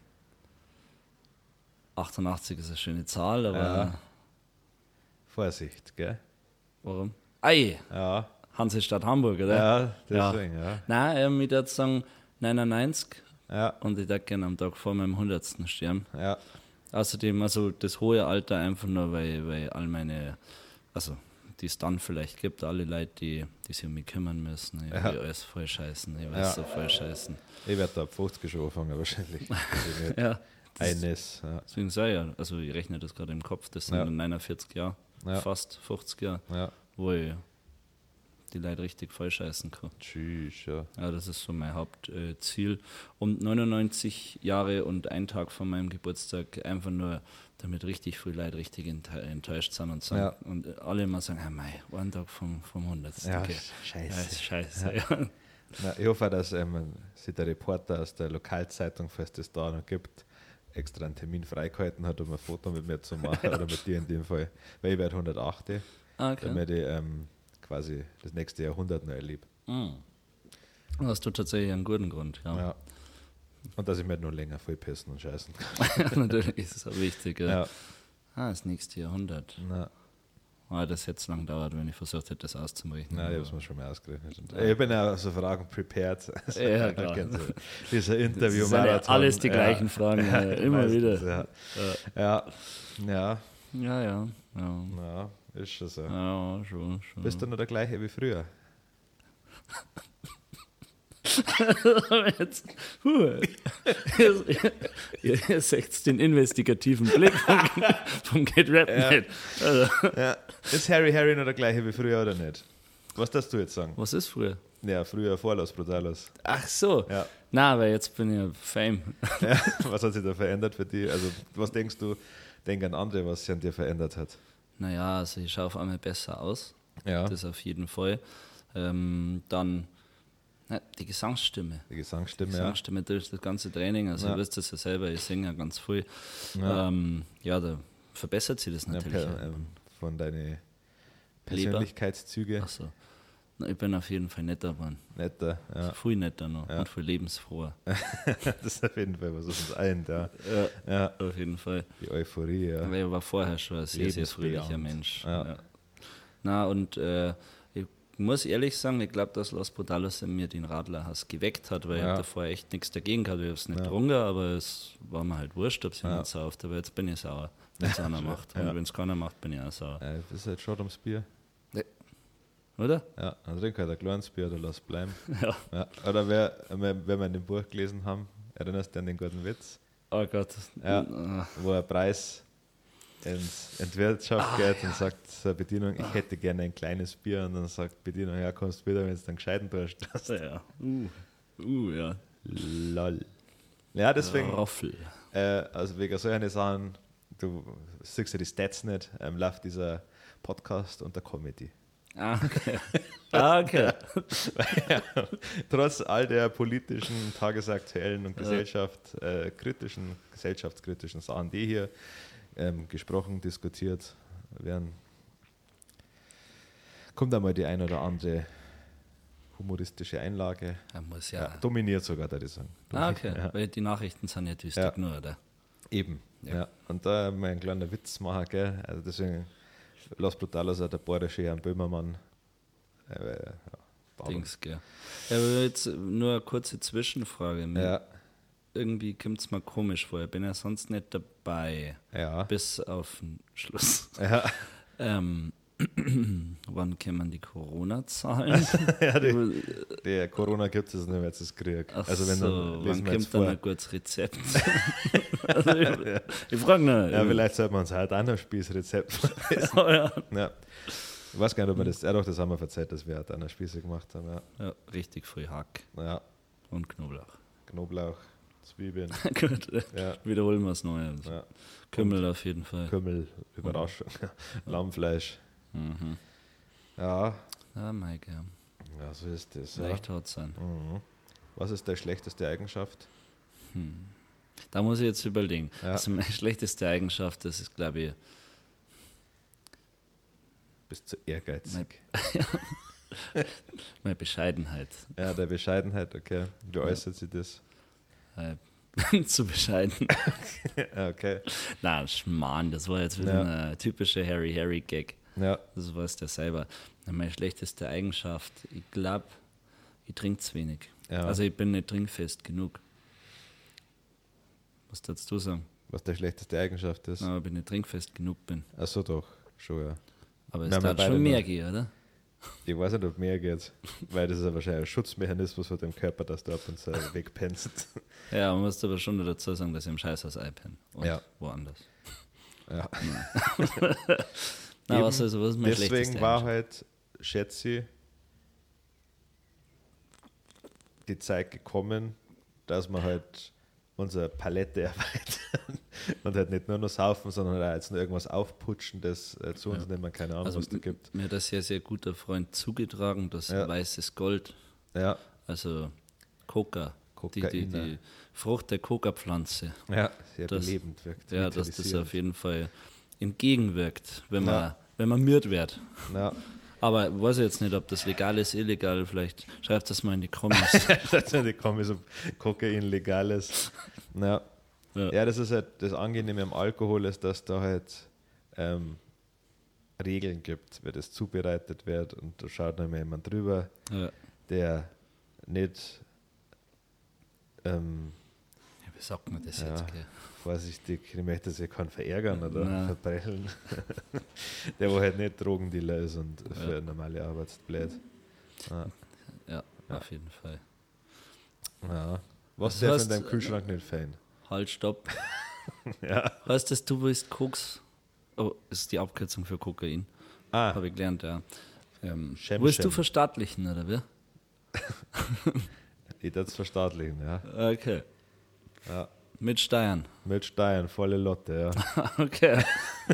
88 ist eine schöne Zahl, aber Ja. Vorsicht, gell? warum? Ei, Ja, Hansestadt Hamburg, oder? ja, deswegen, ja. Nein, ich würde sagen 99 Ja, und ich würde gerne am Tag vor meinem 100. sterben. ja, Außerdem, also das hohe Alter einfach nur, weil all meine, also die es dann vielleicht gibt, alle Leute, die sich um mich kümmern müssen. Ich will alles voll scheißen, ich weiß so voll scheißen. ich werde da ab 50 schon anfangen wahrscheinlich. Also nicht Ja, eines, ja. deswegen sage ich ja, also ich rechne das gerade im Kopf, das sind Ja. 49 Jahre, Ja. fast 50 Jahre, Ja, wo ich die Leute richtig voll scheißen kann. tschüss, ja. Ja, das ist so mein Hauptziel. Und 99 Jahre und ein Tag von meinem Geburtstag einfach nur, damit richtig viele Leute richtig enttäuscht sind und, sagen, Ja. und alle immer sagen, hey, mei, ein Tag vom 100. Ja, Okay. scheiße. Ja, ist scheiße. Ja. Na, ich hoffe, dass sich der Reporter aus der Lokalzeitung, falls das da noch gibt, extra einen Termin freigehalten hat, um ein Foto mit mir zu machen, oder mit dir in dem Fall. Weil ich werde 108, Okay. damit ich quasi das nächste Jahrhundert noch erlebe. Hast du tatsächlich einen guten Grund, ja. Ja. Und dass ich mir noch länger voll pissen und scheißen kann. Natürlich ist es auch wichtig. Ja. Ja. Das nächste Jahrhundert. Na, Das hätte lang dauert, wenn ich versucht hätte, das auszurechnen. nein, ich habe es mir schon mal ausgerechnet. Und ich bin ja so Fragen prepared. Also, Ja, klar. Dieser Interview Das sind ja alles die gleichen Fragen, immer wieder. Ja. Ja. Ja. Ja, ist schon so. Ja, schon. Bist du noch der gleiche wie früher? Jetzt, ihr seht den investigativen Blick vom Get Rap Net. Also, Ja. Ist Harry noch der gleiche wie früher oder nicht? Was darfst du jetzt sagen? was ist früher? Ja, früher Vorlaus Brutalos. Ach so. Ja. Na, weil jetzt bin ich ja Fame. Ja. Was hat sich da verändert für dich? Also, was denkst du, denk an andere, was sich an dir verändert hat? Naja, also ich schaue auf einmal besser aus. Ja, Das auf jeden Fall. Dann die Gesangsstimme. die Gesangsstimme, Gesangsstimme durch das ganze Training. Also Ja. ihr wisst das ja selber, ich singe ja ganz viel. Ja. Da verbessert sie das ja. natürlich. Von deinen Persönlichkeitszüge. Achso. Ich bin auf jeden Fall netter geworden. Netter, ja. Viel netter noch Ja. und viel lebensfroher. Das ist auf jeden Fall was uns eint, ja. Ja, Auf jeden Fall. die Euphorie, ja. Weil ich war vorher schon ein sehr, sehr fröhlicher Lebensbejahend. Mensch. Ja. Na, und ich muss ehrlich sagen, ich glaube, dass Los Brutalos in mir den Radlerhass geweckt hat, weil ich Ja. hab davor echt nichts dagegen gehabt. Ich habe es nicht Ja. getrunken, aber es war mir halt wurscht, ob es Ja. jemand sauft. Aber jetzt bin ich sauer, wenn es einer macht. Und Ja. wenn es keiner macht, bin ich auch sauer. Das ist halt schon ums Bier. Oder? Ja, dann trink halt ein kleines Bier oder lass bleiben. Ja. Ja. Oder wenn wir in dem Buch gelesen haben, erinnerst du dich an den guten Witz, Oh Gott. Ja. wo ein Preis in die Wirtschaft geht und sagt zur Bedienung, ich hätte gerne ein kleines Bier. Und dann sagt die Bedienung, ja, kommst du wieder, wenn du einen gescheiten Durst hast. Ja. Ja. Lol. Ja, deswegen, Roffel. also wegen solchen Sachen, du siehst ja die Stats nicht, läuft dieser Podcast unter Comedy. Okay. Okay. Trotz all der politischen, tagesaktuellen und gesellschaftskritischen Sachen, die hier gesprochen, diskutiert werden, kommt einmal die ein oder andere humoristische Einlage. Er muss Ja, ja. dominiert sogar, würde ich sagen. Okay. Ja. Weil die Nachrichten sind ja düster Ja. genug, oder? Eben. Ja. Ja. Und da mal ein kleiner Witz machen, gell? Also deswegen, Los Brutalos hat der bayerische Herrn Böhmermann. Dings, gell. Ja, aber jetzt nur eine kurze Zwischenfrage. Ja, Irgendwie kommt es mir komisch vor. Ich bin ja sonst nicht dabei. ja. Bis auf den Schluss. Ja, Wann kämen die Corona-Zahlen? Ja, der Corona gibt es nicht mehr, jetzt ist Krieg. Ach Also wenn so, dann wann lesen wir jetzt kommt dann vor. ein gutes Rezept? Also ich frage noch. Ja, vielleicht sollten wir uns heute auch noch ein Spießrezept lesen. Ja. Ja. Ich weiß gar nicht, ob wir das, ja doch, das haben wir verzeiht, dass wir heute eine Spieße gemacht haben. Ja. Ja, richtig viel Hack Ja. und Knoblauch. Knoblauch, Zwiebeln, Gut, ja. wiederholen wir es neu. Ja. Kümmel auf jeden Fall. Kümmel, Überraschung, Lammfleisch. Mhm. Ja, Ja, Mike, ja. ja, so ist das. Ja. Leicht hart sein. Mhm. Was ist deine schlechteste Eigenschaft? Da muss ich jetzt überlegen. Ja. Also meine schlechteste Eigenschaft, das ist, glaube ich, Bist zu ehrgeizig. meine Bescheidenheit. Ja, der Bescheidenheit, okay. Wie äußert sich das? Zu bescheiden. Ja, okay. Nein, Schmarrn, das war jetzt wieder ein typischer Harry-Gag. Ja, Das weiß der selber. Meine schlechteste Eigenschaft, ich glaube, ich trinke zu wenig. Ja. Also ich bin nicht trinkfest genug. Was darfst du sagen? was die schlechteste Eigenschaft ist. Aber wenn ich trinkfest genug bin. Ach so, doch, schon, ja. Aber es Wir haben ja darf beide schon mehr noch- gehen, oder? Ich weiß nicht, ob mehr geht, weil das ist ja wahrscheinlich ein Schutzmechanismus von dem Körper, dass du ab und zu wegpennst. Ja, man muss aber schon dazu sagen, dass ich im Scheißhaus einpenne. Und Ja. woanders. Ja. Na, Eben was ist meine Deswegen schlechteste war Eigenschaft? halt, schätze ich, die Zeit gekommen, dass wir halt unsere Palette erweitern und halt nicht nur noch saufen, sondern halt jetzt nur irgendwas aufputschen, das zu uns nehmen, keine Ahnung, Also was da gibt. mir hat ein sehr guter Freund zugetragen, das Ja. weißes Gold, Ja, also Coca, die Kokain. Frucht der Coca-Pflanze. Ja, sehr Das- belebend wirkt. Ja, dass das vitalisierend. auf jeden Fall entgegenwirkt, wenn man, Ja. wenn man müde wird. Ja, Aber ich weiß jetzt nicht, ob das legal ist, illegal. Vielleicht schreibt das mal in die Kommis. tatsächlich komme ich so Kokain legales. Ja. Ja. Ja, das ist halt das Angenehme am Alkohol, ist, dass da halt Regeln gibt, wie das zubereitet wird, und da schaut noch mal jemand drüber, Ja. der nicht Ja, wie sagt man das Ja. jetzt? Gell? vorsichtig, ich möchte sich keinen verärgern oder Nein. verprellen, der wo halt nicht Drogendealer ist und für eine normale Arbeit blöd. Ja. Ja, auf jeden Fall. Ja. Was Das darf heißt, in deinem Kühlschrank nicht fein? Halt, stopp. Ja. Heißt das, du willst Koks? Oh, das ist die Abkürzung für Kokain. Ah, Habe ich gelernt, ja. Schem, Willst du Schem. verstaatlichen, oder wie? Ich würde es verstaatlichen, ja. Okay. Ja. Mit Steuern. Mit Steuern, volle Lotte, ja. Okay.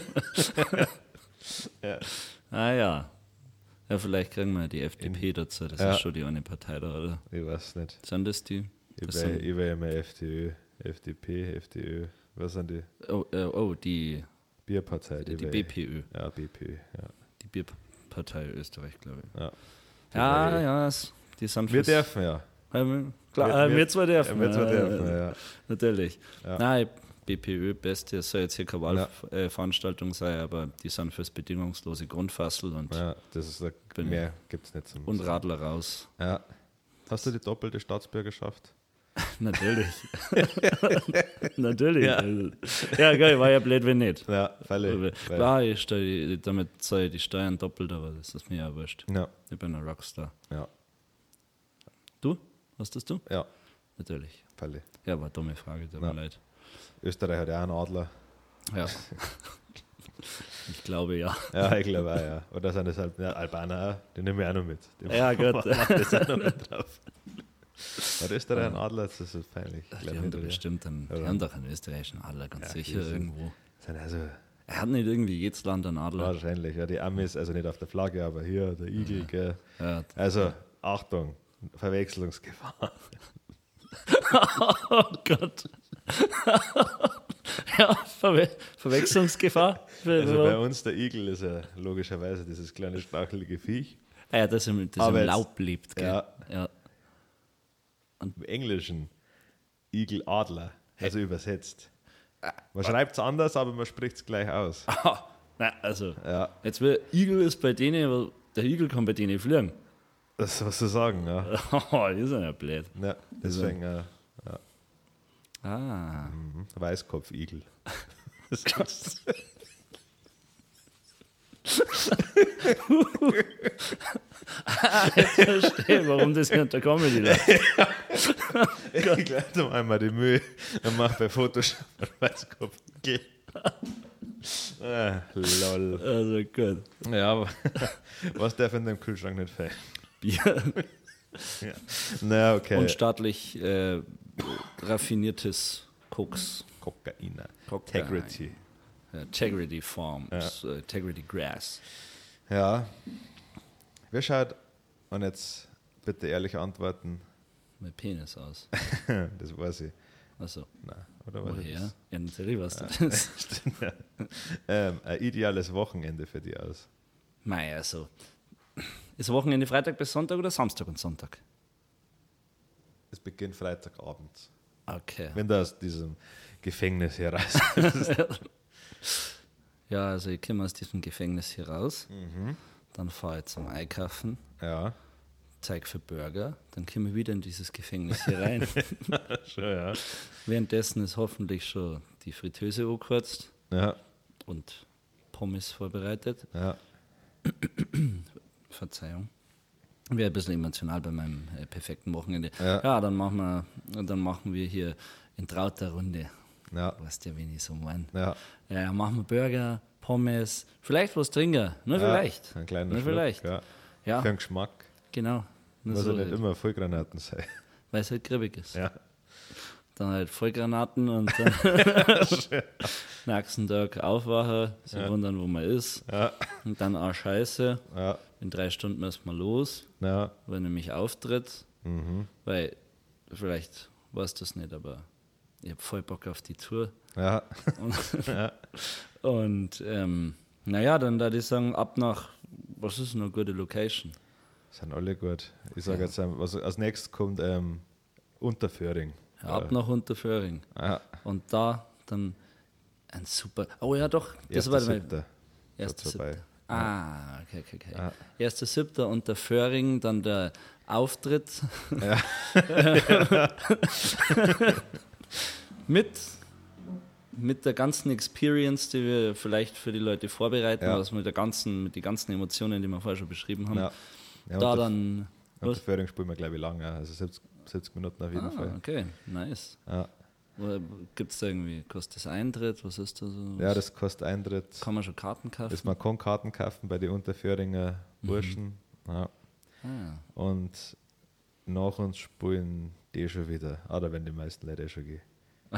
Ja. Ah ja. Ja, vielleicht kriegen wir die FDP dazu. Das Ja. ist schon die eine Partei da, oder? Ich weiß nicht. Sind das die? Ich Das wäre sind, immer FDÖ, FDP, FDÖ. Was sind die? die Bierpartei. die wär- BPÖ. Ja, BPÖ, ja. Die Bierpartei Österreich, glaube ich. ja. Ja, wär- ja, die sind Wir fürs- dürfen, ja. Klar, wir zwei dürfen. Wir zwei dürfen, ja. Natürlich. Ja. Nein, BPÖ, beste, es soll jetzt hier keine Wahlveranstaltung sein, aber die sind fürs bedingungslose Grundfassel und, Ja, das ist Bin- mehr gibt es nicht zum und Radler raus. Ja. Hast du die doppelte Staatsbürgerschaft? Natürlich. Natürlich. Ja. Ja, geil, war ja blöd, wenn nicht. Ja, völlig. Klar, damit zahle ich die Steuern doppelt, aber das ist mir ja wurscht. Ja, Ich bin ein Rockstar. ja, Du? Was das du? ja, Natürlich. völlig. Ja, war eine dumme Frage, tut Ja. mir leid. Österreich hat ja auch einen Adler. Ja. Ich glaube ja. Ja, ich glaube auch, ja. Oder sind das halt ja, Albaner auch? Die nehmen wir auch noch mit. Die Ja, gut. Das auch noch mit drauf. Hat Österreich einen Adler? Das ist peinlich. Ich Die glaub haben nicht, doch oder? bestimmt einen, die Oder? haben doch einen österreichischen Adler, ganz Ja, sicher die sind- irgendwo. Sind also Er hat nicht irgendwie jedes Land einen Adler. wahrscheinlich, ja. Die Amis, also nicht auf der Flagge, aber hier, der Igel, gell. Ja. Also, Achtung, Verwechslungsgefahr. Oh Gott. Ja, Verwechslungsgefahr. Also bei uns, der Igel ist ja logischerweise dieses kleine stauchelige Viech. Ja, das im Aber jetzt- Laub lebt, gell? Ja. Ja. Im Englischen Igel-Adler, also übersetzt. Man schreibt es anders, aber man spricht es gleich aus. Na, also, Ja, jetzt will Igel ist bei denen, weil der Igel kann bei denen fliegen. das ist was zu sagen, ja. Oh, die sind ja blöd. Ja, deswegen Ah. Jetzt verstehe, warum das hier unter Comedy läuft. Ich gleich einmal die Mühe und mach bei Photoshop einen Weißkopf. Okay. Lol. Also gut. Ja, aber was darf in dem Kühlschrank nicht fehlen? Bier. Ja. Na, okay. Und staatlich raffiniertes Koks. Kokain. Kokain. Integrity. Integrity Farms, Integrity Grass. Ja. Wer schaut, und jetzt bitte ehrlich antworten, Mein Penis aus. das weiß ich. Achso. Nein, oder was Woher? ist Ja, natürlich weißt du das? das. Stimmt, ja. Ein ideales Wochenende für dich aus. Mei, also. Ist Wochenende Freitag bis Sonntag oder Samstag und Sonntag? Es beginnt Freitagabend. Okay. Wenn du aus diesem Gefängnis heraus. Ja, also ich komme aus diesem Gefängnis hier raus. Dann fahre ich zum Einkaufen, Ja. zeige für Burger, dann komme ich wieder in dieses Gefängnis hier rein. Schon, ja. Währenddessen ist hoffentlich schon die Fritteuse angekürzt Ja. und Pommes vorbereitet. Ja. Verzeihung. Wäre ein bisschen emotional bei meinem perfekten Wochenende. Ja. Dann machen wir hier in trauter Runde. Ja. Weißt ja, wen ich so meine. Ja. Ja, machen wir Burger, Pommes, vielleicht was trinken. Nur vielleicht. Ein kleiner Nur Schluck, vielleicht. Ja. Ja, Für den Geschmack. genau. Nur Muss so ja nicht halt. immer Vollgranaten sein. Weil es halt grippig ist. Ja. Dann halt Vollgranaten und dann nächsten Tag aufwachen, sich wundern, wo man ist. Ja. Und dann auch Scheiße. Ja. In 3 Stunden müssen wir los, Ja. wenn nämlich auftritt. Weil, vielleicht weißt du es nicht, aber ich habe voll Bock auf die Tour. Ja. Und naja, dann da die sagen, ab nach, was ist eine gute Location? Sind alle gut. Ich sage jetzt, was als nächstes kommt, Unterföhring. Ja, ab nach Unterföhring. Ja. Und da dann ein super. Oh ja, doch, das war mein 1.7. erster vorbei. Siebter. Ah, okay. Ja. 1.7. Unterföhring, dann der Auftritt. mit der ganzen Experience, die wir vielleicht für die Leute vorbereiten, also mit den ganzen Emotionen, die wir vorher schon beschrieben haben. Ja. Ja, Da dann. Unterföhring spielen wir, glaube ich, lange. Also 70 Minuten auf jeden Fall. Okay, nice. Ja. Gibt es da irgendwie, kostet das Eintritt? Was ist da so? Ja, das kostet Eintritt. Kann man schon Karten kaufen? Man kann Karten kaufen bei den Unterföhringer Burschen. Ja. Und nach uns spielen die schon wieder. Oder wenn die meisten Leute schon gehen.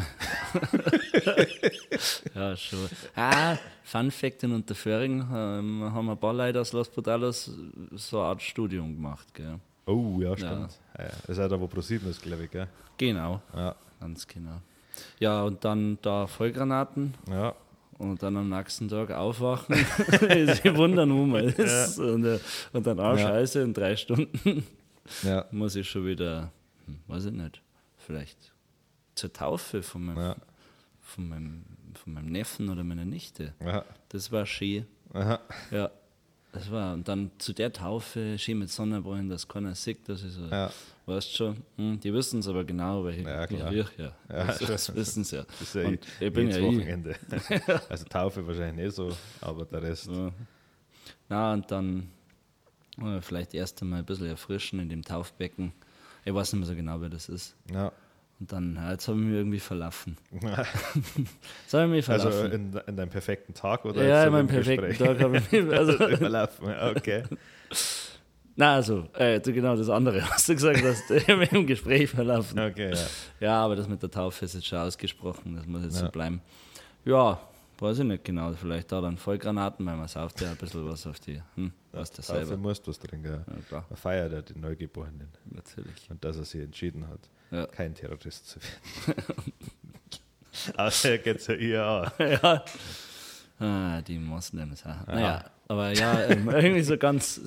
Ja, schon. Fun Fact: in Unterföhring haben ein paar Leute aus Los Podalos so eine Art Studium gemacht. Gell? Oh, ja, stimmt. Ja. Das ist auch da, wo ProSieben ist, glaube ich. Gell? Genau, Ja. ganz genau. Ja, und dann da Vollgranaten Ja. und dann am nächsten Tag aufwachen, sich wundern, wo man ist. Und dann auch Scheiße, in 3 Stunden Ja. muss ich schon wieder, weiß ich nicht, vielleicht zur Taufe von meinem Neffen oder meiner Nichte. Ja. Das war schön. Aha. Ja, das war. Und dann zu der Taufe, schön mit Sonnenbrillen, dass keiner sieht, dass ich so, weißt schon, die wissen es aber genau, weil Ja, klar. Das wissen sie ja. Das ist ja Und ich bin ja Wochenende. Also Taufe wahrscheinlich nicht so, aber der Rest. Ja. Na, und dann vielleicht erst einmal ein bisschen erfrischen in dem Taufbecken. Ich weiß nicht mehr so genau, wer das ist. Ja. Und dann, jetzt habe ich mich irgendwie verlaufen. Jetzt habe ich mich Also verlaufen. in deinem perfekten Tag oder? Ja, jetzt in meinem im perfekten Gespräch? Tag habe ich mich. Also, Verlaufen. Ja, okay. na, also, genau das andere, was du gesagt hast. Ich habe mich im Gespräch verlaufen. Okay, ja. Ja, aber das mit der Taufe ist jetzt schon ausgesprochen. Das muss jetzt so bleiben. Ja, weiß ich nicht genau. Vielleicht da dann Vollgranaten, weil man sauft ja ein bisschen was auf die. Was der Dafür selber. musst du was trinken. Ja. Ja, klar, Man feiert ja den Neugeborenen. natürlich. Und dass er sich entschieden hat, Ja. kein Terrorist zu werden. Außer geht es ja eher an. Ja. Die Moslems. Ja. Naja, aber ja, irgendwie so ganz,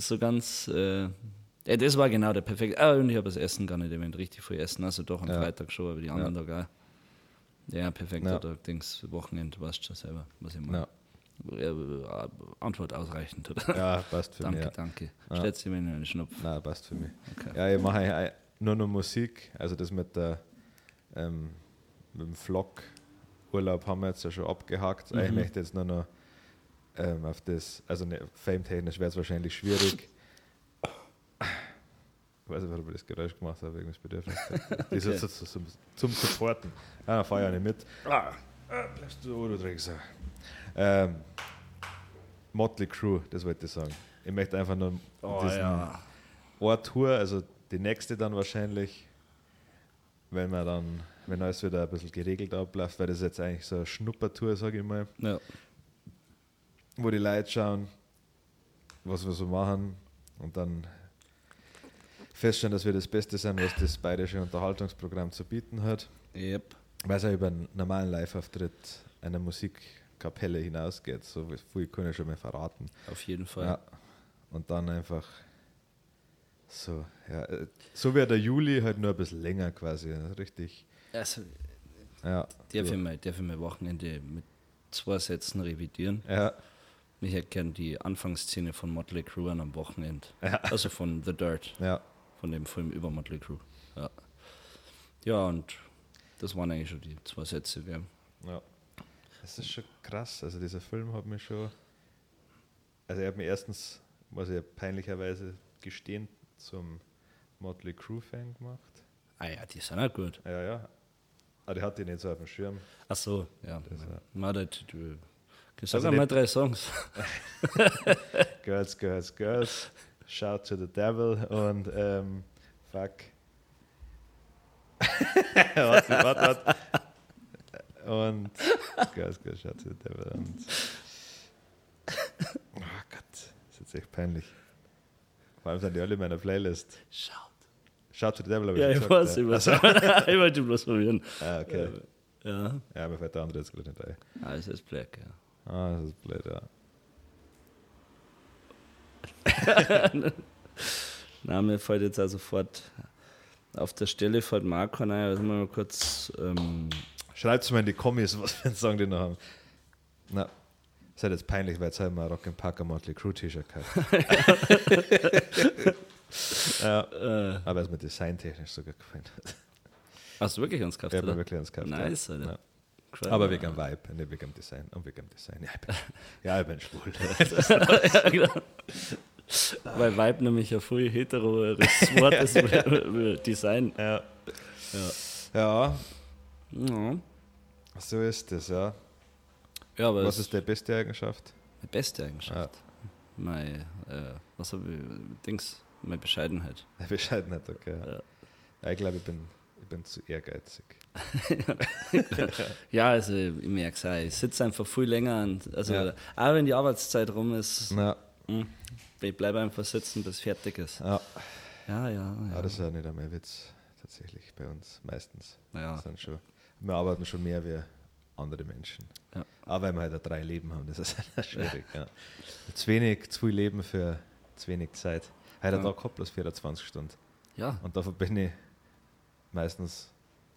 ja, das war genau der perfekte. Und ich habe das Essen gar nicht erwähnt, richtig viel Essen. Also doch am Freitag schon, aber die anderen Tage auch. Ja, perfekter Tag, Wochenende, weißt du schon selber, was ich meine. Ja, Antwort ausreichend, oder? Ja, passt für mich. Danke. Stellt sich mir in einen Schnupf. Nein, passt für mich. Okay. Ja, ich mache eigentlich nur noch Musik. Also das mit dem Vlog-Urlaub haben wir jetzt ja schon abgehakt. Ich möchte jetzt nur noch auf das, also ne, fame-technisch wäre es wahrscheinlich schwierig. Ich weiß nicht, warum ich das Geräusch gemacht habe, wegen des Bedürfnisses. Das ist jetzt zum Supporten. Fahr ja nicht mit. Bleibst du, du Drecksack. Motley Crue, das wollte ich sagen. Ich möchte einfach nur eine Tour, also die nächste dann wahrscheinlich, wenn alles wieder ein bisschen geregelt abläuft, weil das jetzt eigentlich so eine Schnuppertour, sage ich mal. Ja. Wo die Leute schauen, was wir so machen und dann feststellen, dass wir das Beste sind, was das bayerische Unterhaltungsprogramm zu bieten hat. Yep. Weil es ja über einen normalen Live-Auftritt einer Musikkapelle hinausgeht. So viel kann ich schon mal verraten. Auf jeden Fall. Ja. Und dann einfach so, ja, so wie der Juli, halt nur ein bisschen länger quasi. Richtig. Also, Ja. darf ich mein Wochenende mit 2 Sätzen revidieren? Ja. Ich hätte gern die Anfangsszene von Motley Crue am Wochenende. Ja. Also von The Dirt, Ja. von dem Film über Motley Crue. Ja. Ja, und das waren eigentlich schon die 2 Sätze. Ja. Ja. Das ist schon krass. Also dieser Film hat mich schon. Also er hat mich erstens, muss ich peinlicherweise gestehen, zum Motley Crue-Fan gemacht. Ah ja, die sind auch gut. Ja, ja. Aber die hatte ich nicht so auf dem Schirm. Ach so, ja. Du Also sag mal 3 Songs. Girls, Girls, Girls, Shout to the Devil und fuck. warte. Und Girls, Girls, Shout to the Devil und oh Gott, das ist jetzt echt peinlich. Vor allem sind die alle in meiner Playlist. Shout to the Devil, habe Ja, ich weiß, ich wollte bloß probieren. Ah, okay. Ja. Ja, mir fällt der andere jetzt gerade nicht ein. Ah, es ist Black, ja. Ah, das ist blöd, ja. Na, mir fällt jetzt auch sofort auf der Stelle fällt Marco ein, also mal kurz. Schreibt es mal in die Kommis, was für einen Song die noch haben. Na, das ist halt jetzt peinlich, weil jetzt haben wir Rock'n'Parker Motley Crue T-Shirt gehabt. Ja, aber es mir designtechnisch sogar gefallen hat. Hast du wirklich eins gehabt? Ich habe mir Oder? wirklich eins gehabt. Nice, ja. Alter. Ja. Crazy. Aber wegen dem Vibe, nicht wegen dem Design. Und wegen dem Design. Ja, ich bin schwul. Ja, genau. Weil Vibe nämlich ein voll heteroes Wort ist wie Design. Ja. Ja. Ja, so ist das, ja. Ja, aber Was ist deine beste Eigenschaft? meine beste Eigenschaft? Meine, was habe ich, meine Bescheidenheit. Bescheidenheit, okay. Ja, ich glaube, ich bin zu ehrgeizig. Ja, also ich merke es auch, ich sitze einfach viel länger und auch wenn die Arbeitszeit rum ist, ich bleibe einfach sitzen, bis fertig ist. Ja. Ja. Das ist ja nicht einmal Witz, tatsächlich bei uns meistens. Ja. Wir arbeiten schon mehr wie andere Menschen. Ja. Aber weil wir halt 3 Leben haben, das ist halt schwierig. Ja. Zu viel Leben für zu wenig Zeit. Heute Tag hat bloß 24 Stunden. Ja. Und davon bin ich meistens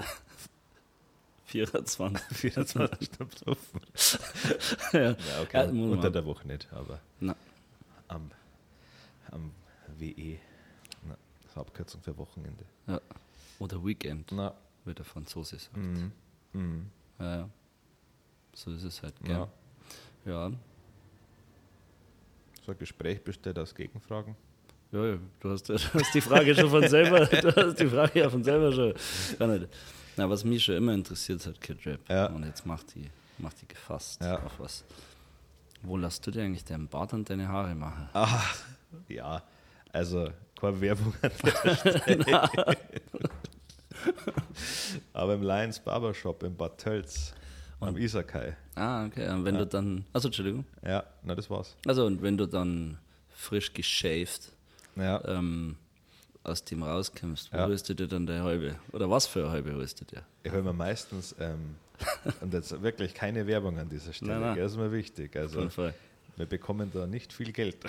24 Stunden offen. Ja. Ja, okay. Ja, unter der Woche nicht, aber Na. am WE. Na, das ist eine Abkürzung für Wochenende. Ja. Oder Weekend, Na. wie der Franzose sagt. Mhm. Ja. So ist es halt, gell? Ja. So ein Gespräch besteht aus Gegenfragen. Ja, du hast die Frage schon von selber, schon. Na, was mich schon immer interessiert hat, Kid Rap. Ja. Und jetzt macht die gefasst Ja. auf was. Wo lässt du dir eigentlich deinen Bart und deine Haare machen? Ja, also keine Werbung an der Stelle. Aber im Lions Barbershop in Bad Tölz am Isakai. Okay. Und wenn du dann. Also, Entschuldigung. Ja, na das war's. Also, und wenn du dann frisch geshaved aus dem rauskommst, wo holst du dir dann der halbe? Oder was für eine halbe holst du dir? Ich höre mir meistens, und jetzt wirklich keine Werbung an dieser Stelle, Nein. das ist mir wichtig. Also, wir bekommen da nicht viel Geld.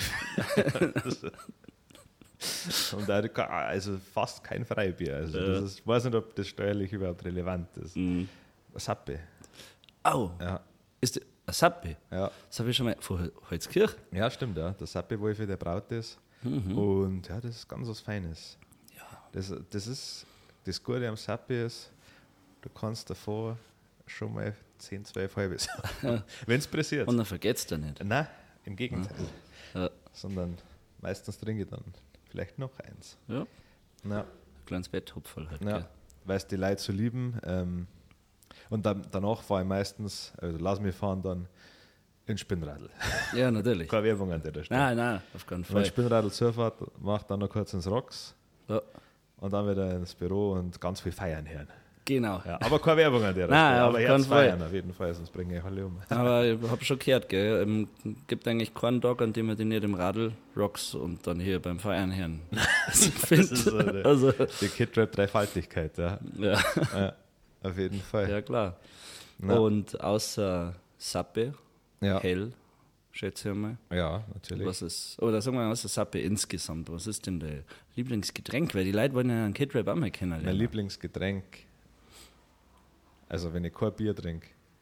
Und also fast kein Freibier. Also das ist, ich weiß nicht, ob das steuerlich überhaupt relevant ist. Wasabi. Oh, Ja. ist das Wasabi? Ja. Das habe ich schon mal von Holzkirch. Ja, stimmt, ja. Der Sappi-Wolf, der braut ist. Und ja, das ist ganz was Feines. Ja. Das Gute am Sappi ist, du kannst davor schon mal 10, 12 halbes. Ja. Wenn es pressiert. Und dann vergeht's dir nicht. Nein, im Gegenteil. Ja. Sondern meistens trinke ich dann vielleicht noch eins. Ja. Ja, Ein kleines Betthupferl halt. ja. Gell? Weil es die Leute so lieben. Und danach fahre ich meistens, also lass mich fahren dann in Spinnradl. Ja, natürlich. Keine Werbung an der Stelle. Nein, auf keinen Wenn man Fall. Spinnradl surfert, macht dann noch kurz ins Rocks Ja. und dann wieder ins Büro und ganz viel feiern hören. Genau. Ja, aber keine Werbung an der Nein, Stelle. auf Aber keinen Herz Fall. feiern auf jeden Fall, sonst bringe ich alle um. Aber ich habe schon gehört, gell, gibt eigentlich keinen Tag, an dem man den nicht im Radl rocks und dann hier beim Feiern hören. Das ist so Also, die Kid-Rap-Dreifaltigkeit, ja. ja, Ja. Auf jeden Fall. ja klar. Na. Und außer Sappe, Ja. hell, schätze ich mal. Ja, natürlich. Was ist, oder sagen wir mal, außer Sappe insgesamt, was ist denn dein Lieblingsgetränk? Weil die Leute wollen ja einen Kid-Rap auch mal Mein kennenlernen. Lieblingsgetränk, also wenn ich kein Bier trinke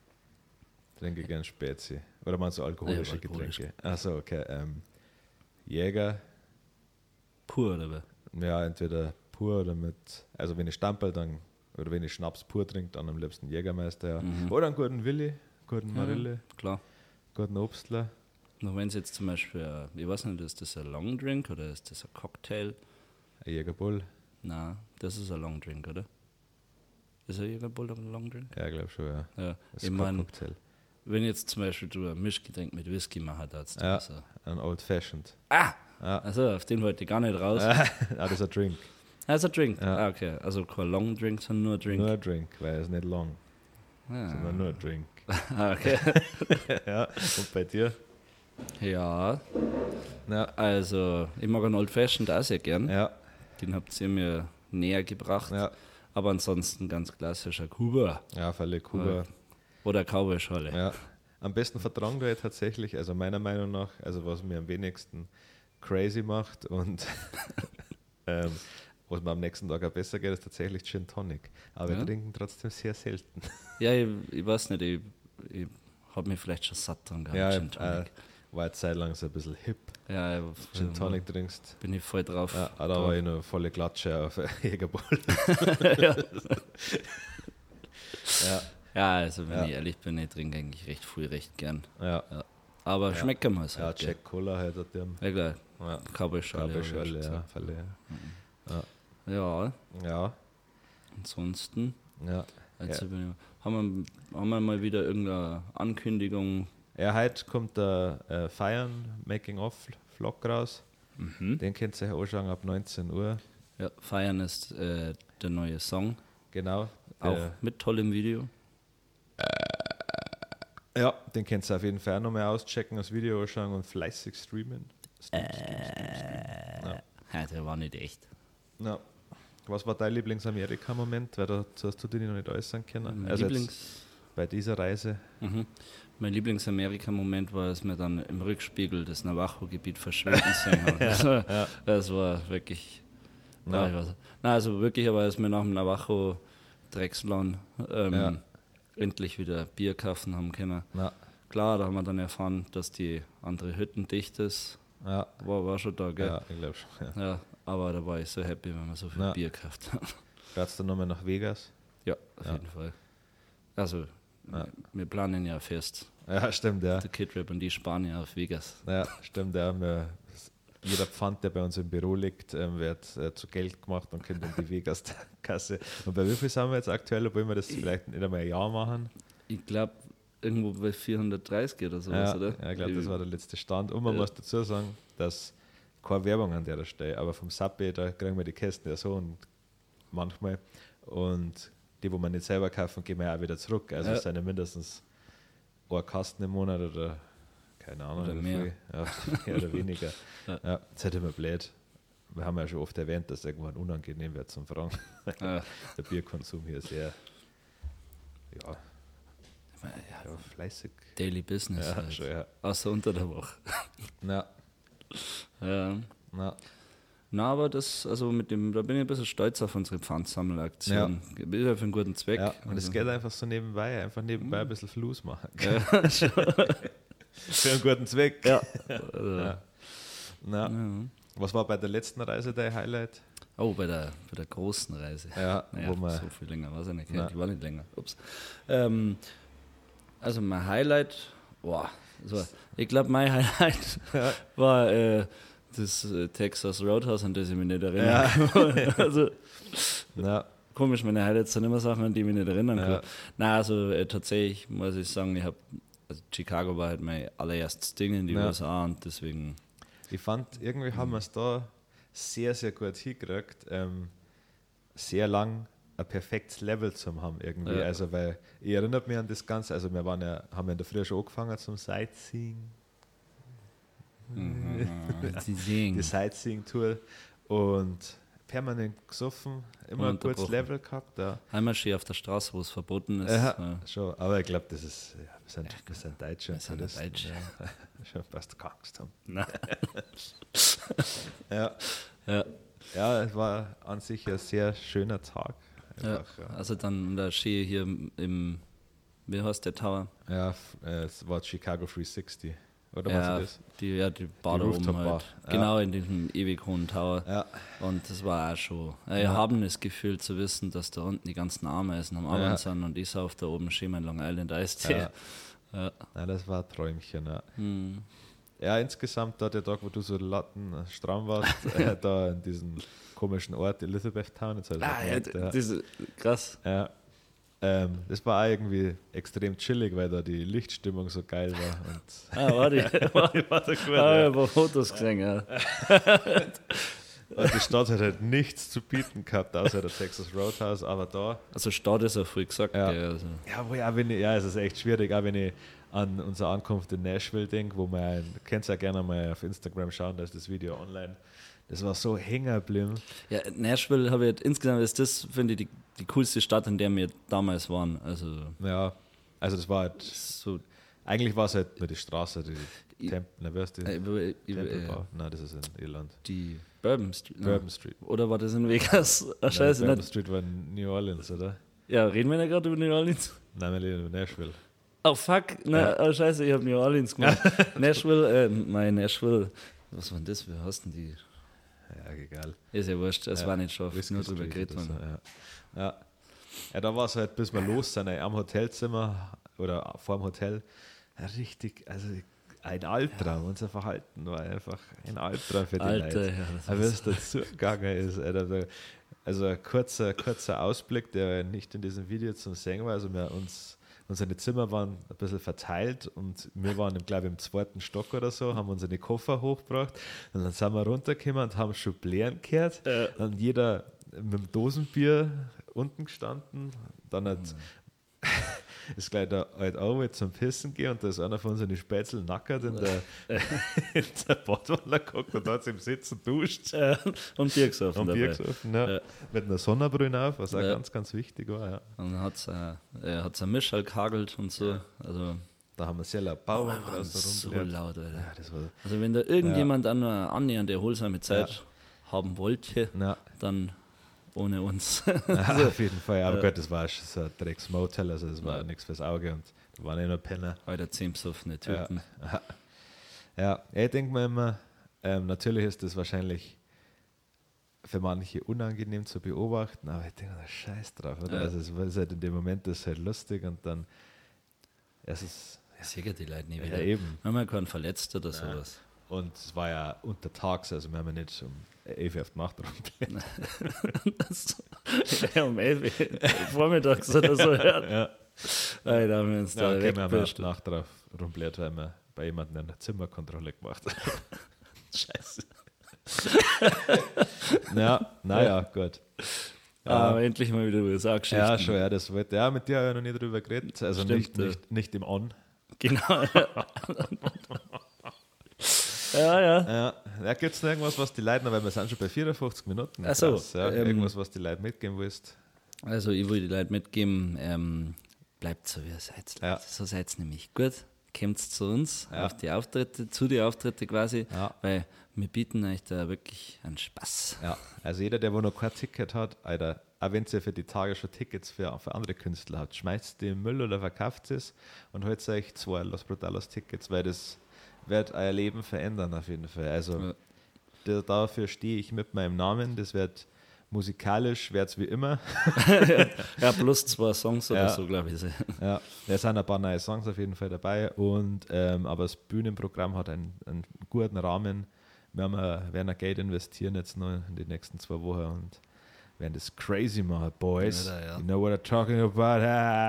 ich gern Spezi. Oder meinst du alkoholische Ja, alkoholisch. Getränke? Achso, okay. Jäger, Pur, oder was? ja, entweder pur oder mit, also wenn ich Stamperl, dann, oder wenn ich Schnaps pur trinke, dann am liebsten Jägermeister, ja. Oder einen guten Willi, guten Marille, Klar. guten Obstler. Noch wenn es jetzt zum Beispiel, ich weiß nicht, ist das ein Long Drink oder ist das ein Cocktail? Ein Jägerbull, Na, das ist ein Long Drink, oder? Ist ein Jägerbull ein Long Drink? ja, ich glaube schon, ja. Ja, Das ich ist kein meine, Cocktail. wenn jetzt zum Beispiel du ein Mischgetränk mit Whisky machen darfst, Ja, so. ein Old Fashioned. Ah! Ja. Also, auf den wollte ich gar nicht raus. Das ist ein Drink. Also Drink. Ja. Ah, okay. Also kein Long Drink, sondern nur Drink. Nur ein Drink, weil es nicht lang, Ja. sondern nur ein Drink. Ah, okay. Ja, und bei dir? Ja, Ja, also ich mag einen Old Fashioned auch sehr gern. ja, Den habt ihr mir näher gebracht. ja, Aber ansonsten ganz klassischer Kuba ja, völlig Kuba. oder Cowboy-Schale. Ja. Am besten vertragen wir tatsächlich, also meiner Meinung nach, also was mir am wenigsten crazy macht und was mir am nächsten Tag auch besser geht, ist tatsächlich Gin Tonic. Aber Ja. wir trinken trotzdem sehr selten. Ja, ich weiß nicht, ich habe mich vielleicht schon satt dran gehabt. Ja, Gin Tonic. war eine Zeit lang so ein bisschen hip. Ja, Gin Tonic trinkst. bin ich voll drauf. Ja, da war ich noch volle Klatsche auf Jägerbull. ja. Ja, Ja, also wenn Ja. ich ehrlich bin, ich trinke eigentlich recht früh, recht gern. ja, Aber Ja. schmecken wir es ja, halt. gell. Jack Cola halt hat der. Ja klar, Ja, Cowboy-Schale. hab ich Schale, schon ja, gesagt. Falle, Ja, ja. ansonsten, Ja, jetzt Ja. haben wir mal wieder irgendeine Ankündigung. ja, heute kommt der Feiern Making-of-Vlog raus. Den könnt ihr euch anschauen ab 19 Uhr. Ja, Feiern ist der neue Song, Genau. auch mit tollem Video. Ja, den könnt ihr auf jeden Fall auch nochmal auschecken, das Video anschauen und fleißig streamen. Ja, der war nicht echt. Ja. Was war dein Lieblings-Amerika-Moment? Weil dazu hast du dich noch nicht äußern können. Mein Also Lieblings- jetzt bei dieser Reise. Mein Lieblings-Amerika-Moment war, als wir dann im Rückspiegel das Navajo-Gebiet verschwinden sehen haben. Das war wirklich. Ja. Ja. Nein, also wirklich, aber als wir nach dem Navajo-Drecksland endlich wieder Bier kaufen haben können. Ja, Klar, da haben wir dann erfahren, dass die andere Hütten dicht ist. ja, War schon da, gell? ja, ich glaube schon. Ja. Ja, aber da war ich so happy, wenn wir so viel Ja. Bier gekauft haben. Fährst du nochmal nach Vegas? Ja, auf Ja. jeden Fall. Also, wir planen ja fest. Ja, stimmt, ja. Der Kid Rap und die Spanier auf Vegas. Ja, stimmt, ja. Jeder Pfand, der bei uns im Büro liegt, wird zu Geld gemacht und kommt in die Vegas-Kasse. Und bei wie viel sind wir jetzt aktuell? Wollen wir das vielleicht nicht einmal ein Jahr machen? Ich glaube, irgendwo bei 430 oder sowas, Ja, oder? ja, ich glaube, das war der letzte Stand. Und man muss dazu sagen, dass keine Werbung an der Stelle, aber vom Subway, da kriegen wir die Kästen ja so und manchmal. Und die, wo man nicht selber kaufen, gehen wir ja auch wieder zurück. Also es sind ja mindestens ein Kasten im Monat oder keine Ahnung. Oder wie mehr. viel. Ja, mehr oder weniger. Ja. Ja, das ist halt immer blöd. Wir haben ja schon oft erwähnt, dass es irgendwann unangenehm wird zum Fragen. Ja. Der Bierkonsum hier sehr, ja, fleißig. Daily Business. Ja, halt. schon, ja. Außer unter der Woche. Na, Ja. na, Na, aber das, also mit dem, da bin ich ein bisschen stolz auf unsere Pfandsammelaktion. Ist ja für einen guten Zweck. ja. Und es Also, geht einfach so nebenbei, einfach nebenbei ein bisschen Fluss machen. Ja. Für einen guten Zweck. Ja. Also, Ja. Na, ja. Was war bei der letzten Reise dein Highlight? Oh, bei der großen Reise. Ja, naja, wo man. so viel länger war es ja nicht. Nein. Die war nicht länger. Ups. Also mein Highlight, ich glaube mein Highlight war das Texas Roadhouse, an das ich mich nicht erinnere. Ja. Also komisch, meine Highlights sind immer Sachen, an die ich mich nicht erinnern kann. Nein, also tatsächlich muss ich sagen, Chicago war halt mein allererstes Ding in die USA und deswegen. Ich fand, irgendwie haben wir es da sehr, sehr gut hingekriegt, sehr lang ein perfektes Level zu haben irgendwie. Ja. Also, weil ich erinnere mich an das Ganze, also wir haben ja in der Früh schon angefangen zum Sightseeing. Die Sightseeing-Tour und permanent gesoffen, immer ein gutes Level gehabt. Ja. Einmal schön auf der Straße, wo es verboten ist. Schon, aber ich glaube, das ist, wir sind Deutsche. Wir sind Deutsche. Schon fast geangst haben. Ja, es war an sich ein sehr schöner Tag. Einfach, Also dann der Ski hier im, wie heißt der Tower? Ja, es war Chicago 360. Oder was ist das? Die Bar da oben halt. Genau, in diesem ewig hohen Tower. Ja. Und das war auch schon ein erhabenes Gefühl zu wissen, dass da unten die ganzen Ameisen am Arbeiten sind und ich sauf da oben schön mein Long Island Eistee. Ja, das war ein Träumchen. Ja. Ja, insgesamt da der Tag, wo du so lattenstramm warst, da in diesem komischen Ort, Elizabethtown. Das ist krass. Ja. Das war auch irgendwie extrem chillig, weil da die Lichtstimmung so geil war. Und war so gut. Ich habe Fotos gesehen, ja. Und die Stadt hat halt nichts zu bieten gehabt, außer der Texas Roadhouse, aber da. Also Stadt ist auch früh gesagt. Ja, also. Es ist echt schwierig, auch wenn ich an unsere Ankunft in Nashville denke, wo man, könnt ihr ja gerne mal auf Instagram schauen, da ist das Video online. Das war so hängen geblieben. Ja, Nashville habe ich insgesamt ist das, finde ich, die coolste Stadt, in der wir damals waren. Also das war halt so. Eigentlich war es halt nur die Straße, die Tempelbar. Nein, das ist in Irland. Die Bourbon Street. Bourbon Street. Oder war das in Vegas? Scheiße, Bourbon Street war in New Orleans, oder? Ja, reden wir ja gerade über New Orleans? Nein, wir reden über Nashville. Oh fuck, scheiße, ich habe New Orleans gemacht. Nashville, was war denn das? Wie hast denn die? Ja, egal. Ist ja wurscht, es war nicht scharf, nur drüber geredet. So, ja, da war es halt, bis wir los sind, am Hotelzimmer oder vor dem Hotel, richtig, also ein Albtraum. Unser Verhalten war einfach ein Albtraum für die Leute. Aber wie es dazu gegangen ist, also ein kurzer Ausblick, der nicht in diesem Video zum sehen war. Also unsere Zimmer waren ein bisschen verteilt und wir waren, glaube ich, im 2. Stock oder so, haben unsere Koffer hochgebracht und dann sind wir runtergekommen und haben schon Blären gehört. Dann jeder mit dem Dosenbier unten gestanden, dann hat ist gleich der alte Auwe zum Pissen gehen und da ist einer von uns in die Spätzle nackert in der Badwanne geguckt und hat im Sitzen duscht. Und Bier gesoffen. Mit einer Sonnenbrille auf, was auch ganz, ganz wichtig war. Ja. Und dann hat es ein Mischall kagelt und so. Also, da haben wir sehr laut Bauern draußen rum. So laut, Alter. Ja, das war also wenn da irgendjemand eine annähernd erholsame Zeit haben wollte, dann ohne uns. Auf jeden Fall, aber Gott, das war so ein Drecks-Motel, also das war nichts fürs Auge und da waren nur Penner. Heute 10 besoffene Typen. Ja, ich denke mir immer, natürlich ist das wahrscheinlich für manche unangenehm zu beobachten, aber ich denke mir, scheiß drauf, oder? Also es ist halt in dem Moment das ist halt lustig und dann es ist sicher die Leute nie wieder. Ja, eben. Wir haben ja keinen verletzt oder sowas. Und es war ja untertags, also wir haben ja nicht um 11 Uhr auf die Nacht rumgelegt. Ja, um 11 Uhr vormittags oder so. Ja. Nein, da haben wir uns da wir haben auf die Nacht drauf rumgelegt, weil wir bei jemandem eine Zimmerkontrolle gemacht haben. Scheiße. Naja, gut. Aber endlich mal wieder USA-Geschichten. Ja, schon, das wollte ja mit dir ja noch nie drüber geredet. Also stimmt, nicht im On. Genau. Ja, gibt es noch irgendwas, was die Leute noch, weil wir sind schon bei 54 Minuten. Achso. Irgendwas, was die Leute mitgeben willst? Also ich will die Leute mitgeben, bleibt so, wie ihr seid. Ja. So seid ihr nämlich gut. Kommt zu uns, auf die Auftritte, zu den Auftritte quasi, weil wir bieten euch da wirklich einen Spaß. Ja, also jeder, der wo noch kein Ticket hat, Alter, auch wenn ihr für die Tage schon Tickets für andere Künstler habt, schmeißt die in den Müll oder verkauft es und holt euch 2 Los Brutalos Tickets, weil das wird euer Leben verändern auf jeden Fall. Also dafür stehe ich mit meinem Namen. Das wird musikalisch, wird es wie immer. Ja, plus 2 Songs oder so, glaube ich. Ja, da sind ein paar neue Songs auf jeden Fall dabei. Aber das Bühnenprogramm hat einen guten Rahmen. Wir werden Geld investieren jetzt noch in die nächsten 2 Wochen und werden das crazy machen, boys. Ja. You know what I'm talking about.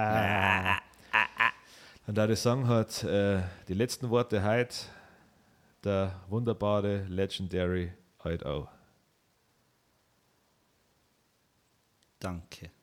Und da der Song hat die letzten Worte heute, der wunderbare, legendary Oid O. Danke.